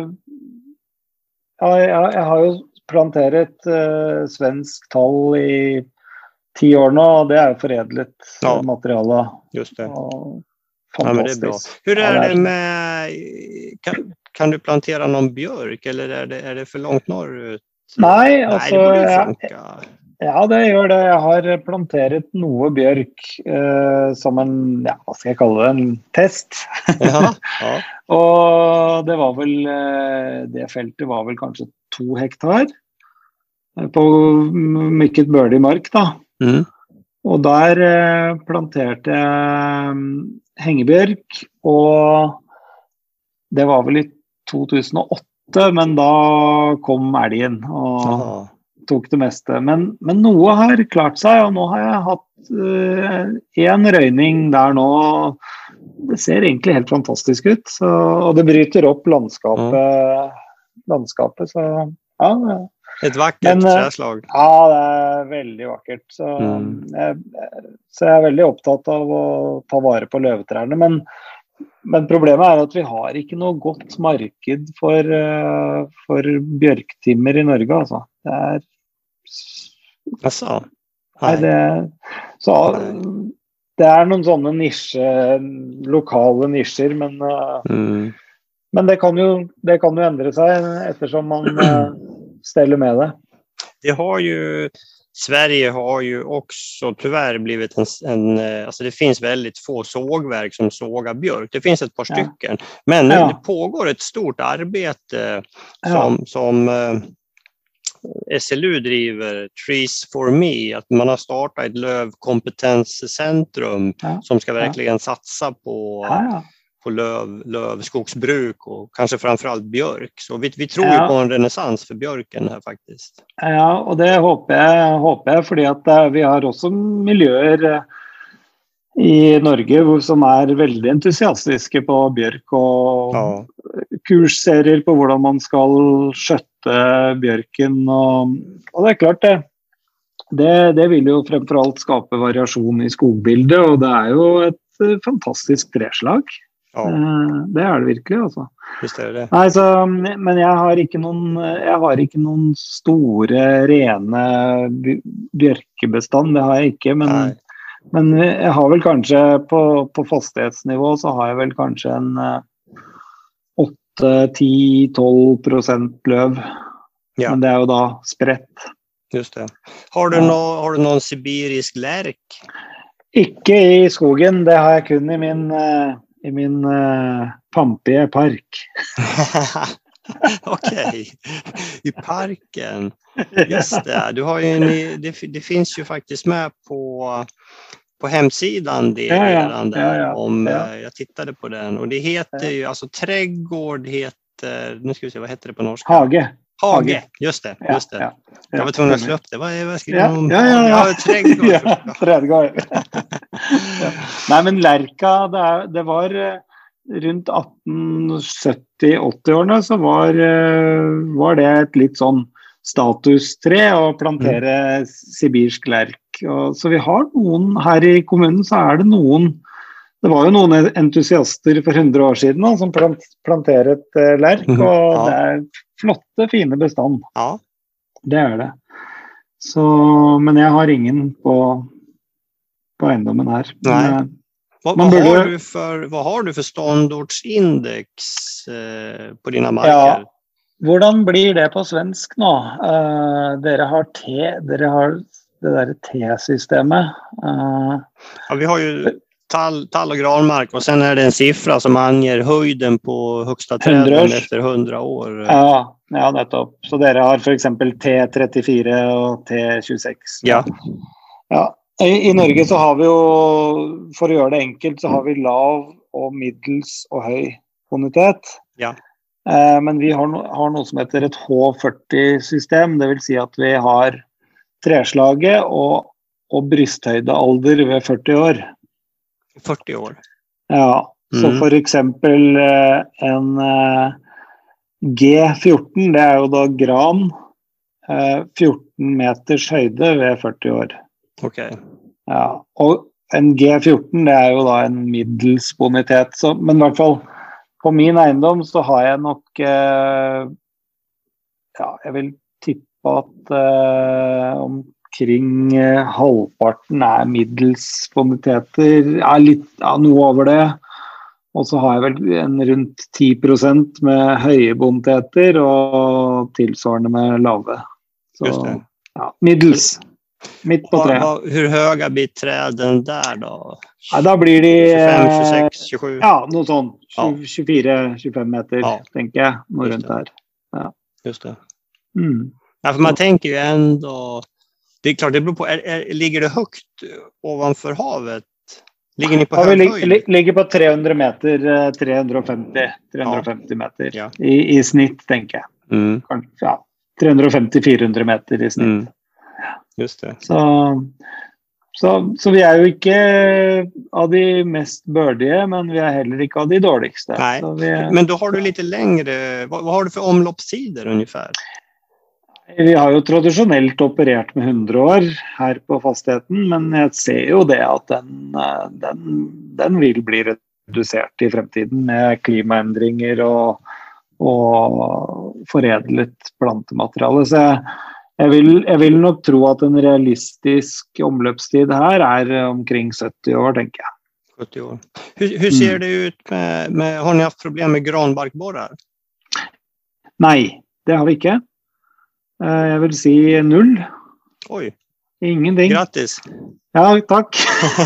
jag har ju planterat svensk tall i 10 år nu och det är förädlat material. Just det. Ja, men det är bra. Hur är det med kan du plantera någon björk eller är det för långt norrut? Nej, alltså det borde funka. Ja, det gör det. Jag har planterat några björk som en, vad ska jag kalla det, en test. Ja. Och det var väl, det fältet var väl kanske 2 hektar på mycket bördig mark då. Mm. Och där planterade jag hängebjörk och det var väl i 2008, men då kom älgen och tog det mesta. Men något har klart sig och nu har jag haft en röjning där nu. Det ser egentligen helt fantastiskt ut så, och det bryter upp landskapet så ja. Ett vackert träslag. Ja, det är väldigt vackert. Så, så jag är väldigt upptatt av att ta vara på lövträden. Men problemet är att vi har inte något gott marknad för björktimmer i Norge. Alltså. Det är... Alltså? Nej, det är någon sådana lokala nischer, men det kan ju ändra sig eftersom man ställer med det. Sverige har ju också tyvärr blivit alltså det finns väldigt få sågverk som sågar björk. Det finns ett par stycken. Men nu det pågår ett stort arbete som SLU driver, Trees for Me, att man har startat ett lövkompetenscentrum som ska verkligen satsa på lövskogsbruk och kanske framförallt björk. Så vi tror ju på en renässans för björken här faktiskt. Ja, och det hoppas jag för att vi har också miljöer i Norge som är väldigt entusiastiska på björk och kursserier på hur man ska sköta björken och det är klart det vill ju framförallt skapa variation i skogbildet och det är ju ett fantastiskt träslag. Ja. Det är det verkligen alltså. Visst är det. Nej, så, men jag har inte någon stora rena björkebestand, det har jag inte, men jag har väl kanske på fastighetsnivå så har jag väl kanske en 8-10-12% löv. Ja. Men det är ju då sprätt. Just det. Har du någon sibirisk lärk? Inte i skogen, det har jag kun i min pampiga park. Okej, i parken. Just det, du har ju det finns ju faktiskt med på hemsidan jag tittade på den och det heter ju alltså trädgård heter, nu ska vi se, vad heter det på norska? Hage, just det. Jag var tvungen att slå upp det. Vad skriver man om? Trädgård. Nej, men Lärka, det var runt 1870-80-årene så var det ett litt sånn statustre å plantere sibirsk lärk. Og så vi har noen, her i kommunen så det noen, det var jo noen entusiaster for 100 år siden da, som planteret lärk, og det flotte, fine bestand. Ja. Det det. Så, men jeg har ingen på eiendommen her. Nej. Vad har du för ståndortsindex på dina marker? Ja, hvordan blir det på svensk nå? Dere har det där T-systemet. Ja, vi har ju tall- och granmark och sen är det en siffra som anger höjden på högsta träden efter 100 år. Ja, nettopp. Så dere har för exempel T34 och T26. Ja. Ja. I Norge så har vi jo, for å gjøre det enkelt, så har vi lav og middels og høy bonitet. Ja. Men vi har noe som heter et H40-system, det vil si at vi har treslaget og brysthøydealder ved 40 år. 40 år? Ja, så for eksempel en G14, det jo da gran, 14 meters høyde ved 40 år. Okay. Ja, og en G14 det jo da en middels bonitet, så, men i hvert fall på min eiendom så har jeg nok jeg vil tippe at omkring halvparten middels boniteter, litt noe over det, og så har jeg vel en rundt 10% med høye boniteter og tilsvarende med lave. Så, just det. Ja, middels. Mitt på tre. Hur höga blir träden där då? Ja, då blir de 25, 26, 27? Ja, något sånt. 24-25 meter, tänker jag. Nog runt där. Ja. Just det. Ja, för man tänker ju ändå... Det är klart, det beror på... ligger det högt ovanför havet? Ligger ni på hög höjd? Ligger på 300 meter, 350 meter. Ja. I snitt, tänker jag. Ja, 350-400 meter i snitt. Just det. Så vi jo ikke av de mest bördige, men vi heller ikke av de dårligste. Nej. Men då har du lite längre, vad har du för omloppstider ungefär? Vi har jo tradisjonelt operert med 100 år her på fastigheten, men jeg ser jo det at den vil bli redusert i fremtiden med klimaendringer og foredlet plantemateriale. Så jeg vil nok tro at en realistisk omløpstid her omkring 70 år, tenker jeg. 70 år. Hur ser det ut med har ni haft problem med granbarkborrar? Nej, det har vi ikke. Jeg vil si 0. Oj. Ingenting. Grattis. Ja, takk.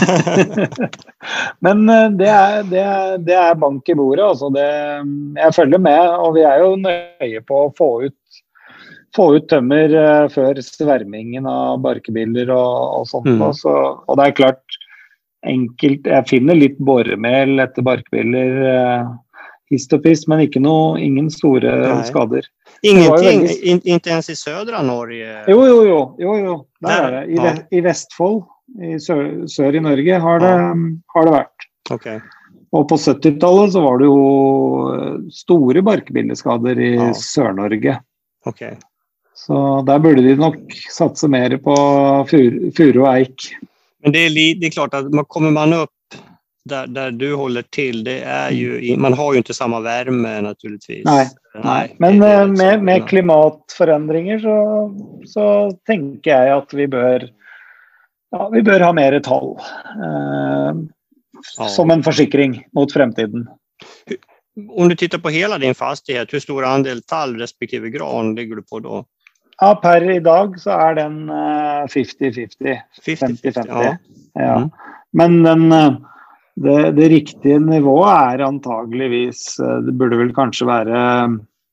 Men det bank i bordet. Altså jeg følger med, og vi jo nøye på å få ut tømmer før svermingen av barkebiller og sånt. Og det klart, enkelt, jeg finner litt boremel etter barkebiller hist og pist, men ingen store skader. Ingenting, inte ens i södra Norge? Jo. Der det. I Vestfold, i sør i Norge, har det vært. Okay. Og på 70-tallet så var det jo store barkebilleskader i Sør-Norge. Okay. Så der burde de nok satse mer på furu og eik. Men det är klart att kommer man upp där du håller till, det ju, man har ju inte samma värme naturligtvis. Nej. Men med klimatförändringar så tänker jag att vi bör ha mer tall som en försäkring mot framtiden. Om du tittar på hela din fastighet, hur stor andel tall respektive gran ligger du på då? Ja, per idag så den 50-50. 50-50. Ja. Men det riktige nivået antageligvis, det burde vel kanskje være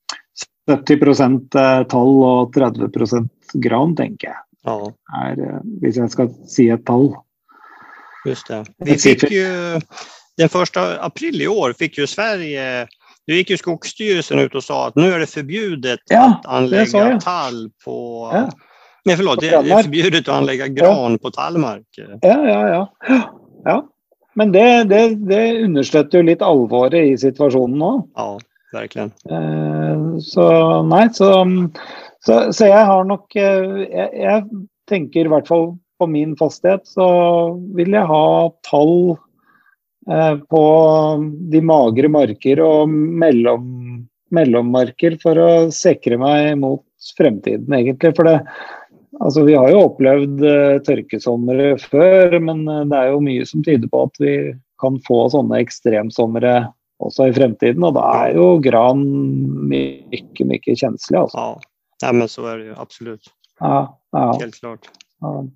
70% tall og 30% gran, tenker jeg. Ja. Hvis jeg skal si et tall. Just det. Vi fick ju, den 1 april i år fick ju Sverige Du gick ju Skogsstyrelsen ut och sa att nu är det förbjudet att anlägga tall på... Ja. Nej, förlåt. Det är förbjudet att anlägga gran på tallmark. Ja. Men det understötter ju lite allvaret i situationen nå. Ja, verkligen. Så jag har nog... Jag tänker i hvert fall på min fastighet så vill jag ha tall på de magre marker och mellommarker för att säkra mig mot framtiden egentligen. För det, alltså vi har ju upplevt torkesommer förr, men det är ju mycket som tyder på att vi kan få sådana extremsommer också i framtiden, och då är ju gran mycket känslig alltså. Ja, men så är det ju absolut. Ja. Helt klart. Ja.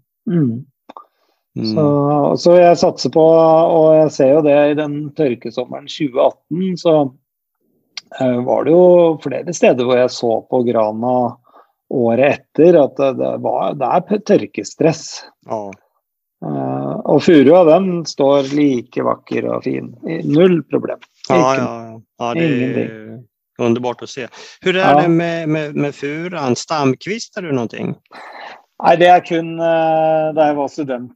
Så jag satsar på, och jag ser ju det i den torkesommaren 2018 så var det ju flera steder där jag såg på grana året efter att det är torkestress. Ja. Och furua den står lika vacker och fin. Noll problem. Ja, det är underbart att se. Hur är det med furan? Stamkvistar du någonting? Nej, det är kun där jag var student.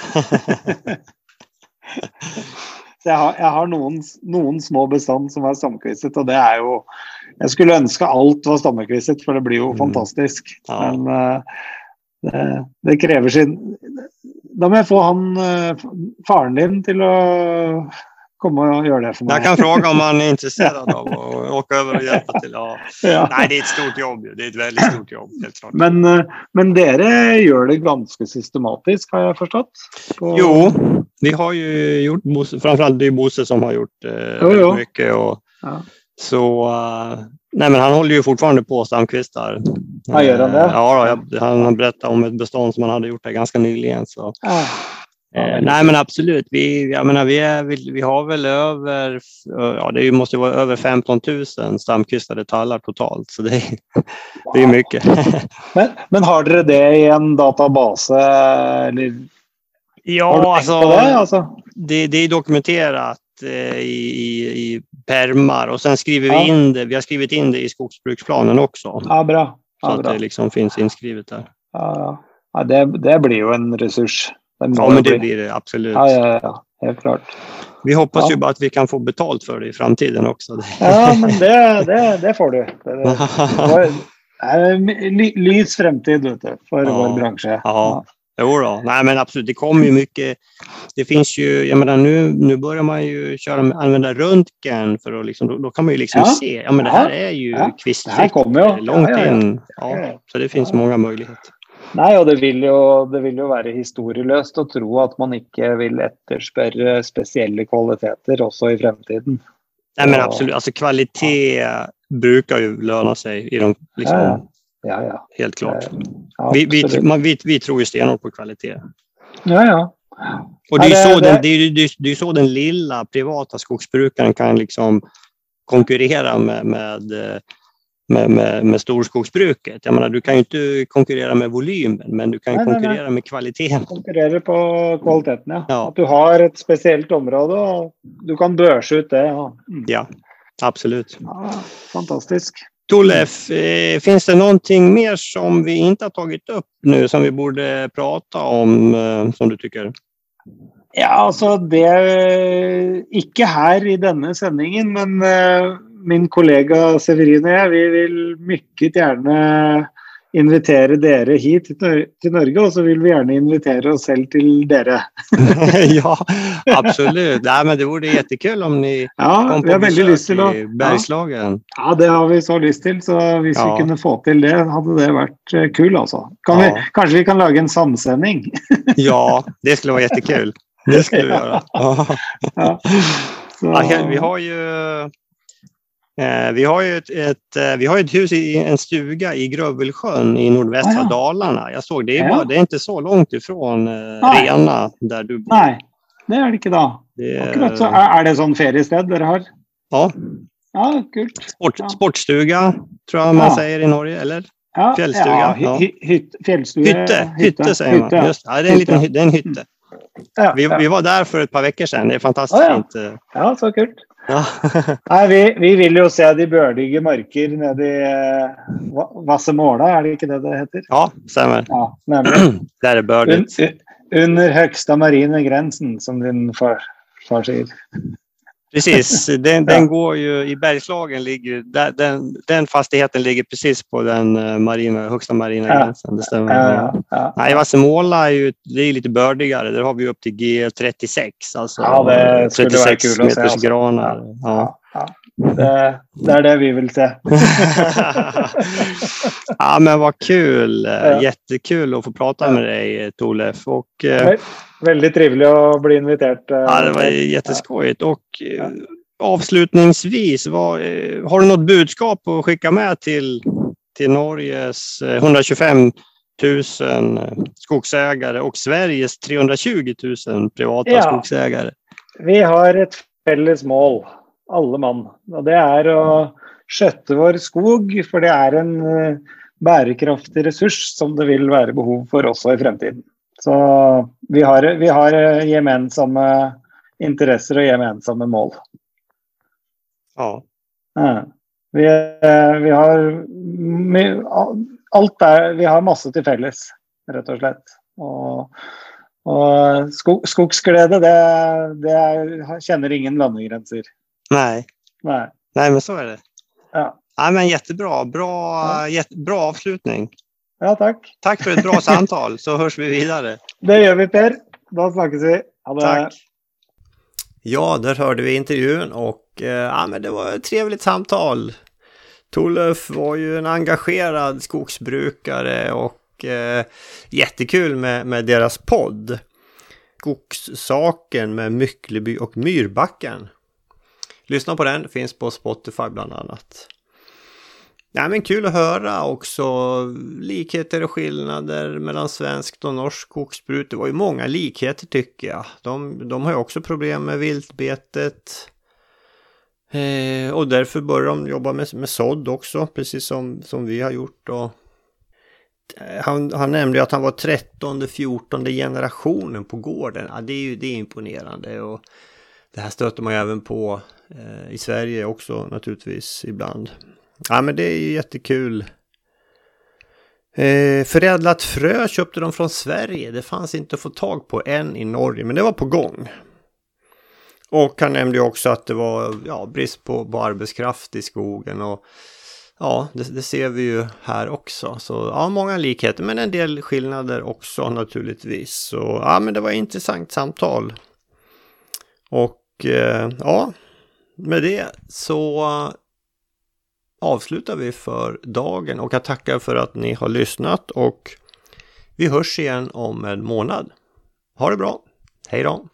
Så jag har någon små bestånd som är stamkvistet, och det är ju, jag skulle önska allt var stamkvistet, för det blir ju fantastiskt. Ja. Men det kräver sin... Då måste jag få faren din till att komma och göra det för mig. Jag kan fråga om han är intresserad av att åka över och hjälpa till. Ja. Nej, det är ett stort jobb. Det är ett väldigt stort jobb, helt klart. Men dere gör det ganska systematiskt, har jag förstått. Jo, vi har ju gjort, framförallt det är Bosse som har gjort mycket. Och, så, nej, men han håller ju fortfarande på stamkvistar. Gör han det? Ja, han berättade om ett bestånd som han hade gjort det ganska nyligen. Så. Nej, men absolut. Vi har väl över, det måste vara över 15 000 stamkvistade tallar totalt, så det är mycket. Men har dere det i en databas eller? Ja, det är dokumenterat i permar, och sen skriver vi in det. Vi har skrivit in det i skogsbruksplanen också. Ja, bra. Så att det liksom finns inskrivet där. Ja, det blir ju en resurs. Ja, men det blir det absolut. Ja, helt klart. Vi hoppas ju bara att vi kan få betalt för det i framtiden också. Ja, men det får du. Lys framtid, vet du, för vår bransch. Ja. Jo då. Nej, men absolut, det kommer ju mycket. Det finns ju, jag menar, nu börjar man ju använda röntgen för att liksom, då kan man ju liksom se, ja men det här är ju kvistfritt långt in. Ja, så det finns många möjligheter. Nej, och det vill ju vara historielöst att tro att man inte vill efterspörra speciella kvaliteter också i framtiden. Nej, men absolut, alltså kvalitet brukar ju löna sig i de liksom. Ja. Helt klart. Vi tror ju stenhårt på kvalitet. Ja. Och det är ju så den lilla privata skogsbrukaren kan liksom konkurrera med storskogsbruket. Jag menar, du kan ju inte konkurrera med volymen, men du kan konkurrera med kvaliteten. Konkurrera på kvaliteten, ja. Att du har ett speciellt område och du kan börsa ut det. Ja, absolut. Ja, fantastiskt. Tollef, finns det någonting mer som vi inte har tagit upp nu som vi borde prata om, som du tycker? Ja, alltså det är inte här i denna sändningen, men min kollega Severin och jag, vi vill mycket gärna invitera dere hit till Norge, och så vill vi gärna invitera oss själv till dere. Ja, absolut. Nej, men det vore jättekul om ni kom på besök i Bergslagen. Ja, det har vi så lust till, så om vi kunde få till det, hade det varit kul alltså. Kanske vi kan laga en samsändning. Ja, det skulle vara jättekul. Det skulle vi göra. Vi har ett hus i en stuga i Grövelsjön i nordvästra Dalarna. Jag såg det är inte så långt ifrån Rena där du bor. Nej, det är det inte då. Så är det sån feriested där har? Ja. Ja, kul. Sportstuga tror jag man säger i Norge, eller? Ja. Fjällstuga. Fjällstuga. Hytte säger man. Just, det är en hytte. Vi var där för ett par veckor sedan. Det är fantastiskt fint. Ja, så kul. Ja. Nej, vi vill ju se de bördiga marker nere i Vassemåla, är det inte det heter? Ja, stämmer. Ja, nämligen. Där är bördigt. Under högsta marina gränsen, som din far säger. Precis, den går ju i Bergslagen, ligger den fastigheten ligger precis på den högsta marina gränsen. Det stämmer. Nej, Vassemåla det är lite bördigare. Där har vi upp till G36, alltså det 36 meters alltså. granar. Ja. Det är det vi vill se. Ja, men vad kul. Jättekul att få prata med dig, Torleif. Och väldigt trevligt att bli inviterad. Ja, det var jätteskojigt. Och avslutningsvis, har du något budskap att skicka med till Norges 125 000 skogsägare och Sveriges 320 000 privata skogsägare? Vi har ett fälles mål, alla man. Och det är att sköta vår skog, för det är en bärkraftig resurs som det vill vara behov för oss i framtiden. Så vi har gemensamma intresser och gemensamma mål. Ja. Vi har allt där, vi har massor till fälles, rätt och slett. Och skogsglädje, det känner ingen landegränser. Nej, men så är det. Ja, men jättebra. Bra avslutning. Ja, tack. Tack för ett bra samtal, så hörs vi vidare. Det gör vi, Per. Då snackas vi. Tack. Ja, där hörde vi intervjun och men det var ett trevligt samtal. Torleif var ju en engagerad skogsbrukare och jättekul med deras podd. Skogssaken med Myckleby och Myrbacken. Lyssna på den, finns på Spotify bland annat. Ja, men kul att höra också likheter och skillnader mellan svenskt och norskt skogsbruk. Det var ju många likheter tycker jag. De har ju också problem med viltbetet. Och därför börjar de jobba med sådd också, precis som vi har gjort. Och han nämnde ju att han var 13-14 generationen på gården. Ja, det är imponerande. Och det här stöter man ju även på i Sverige också naturligtvis ibland. Ja, men det är ju jättekul. Förädlat frö köpte de från Sverige. Det fanns inte att få tag på än i Norge, men det var på gång. Och han nämnde ju också att det var brist på arbetskraft i skogen. Och ja, det ser vi ju här också. Så många likheter, men en del skillnader också naturligtvis. Så men det var ett intressant samtal. Och med det så avslutar vi för dagen och jag tackar för att ni har lyssnat och vi hörs igen om en månad. Ha det bra. Hej då!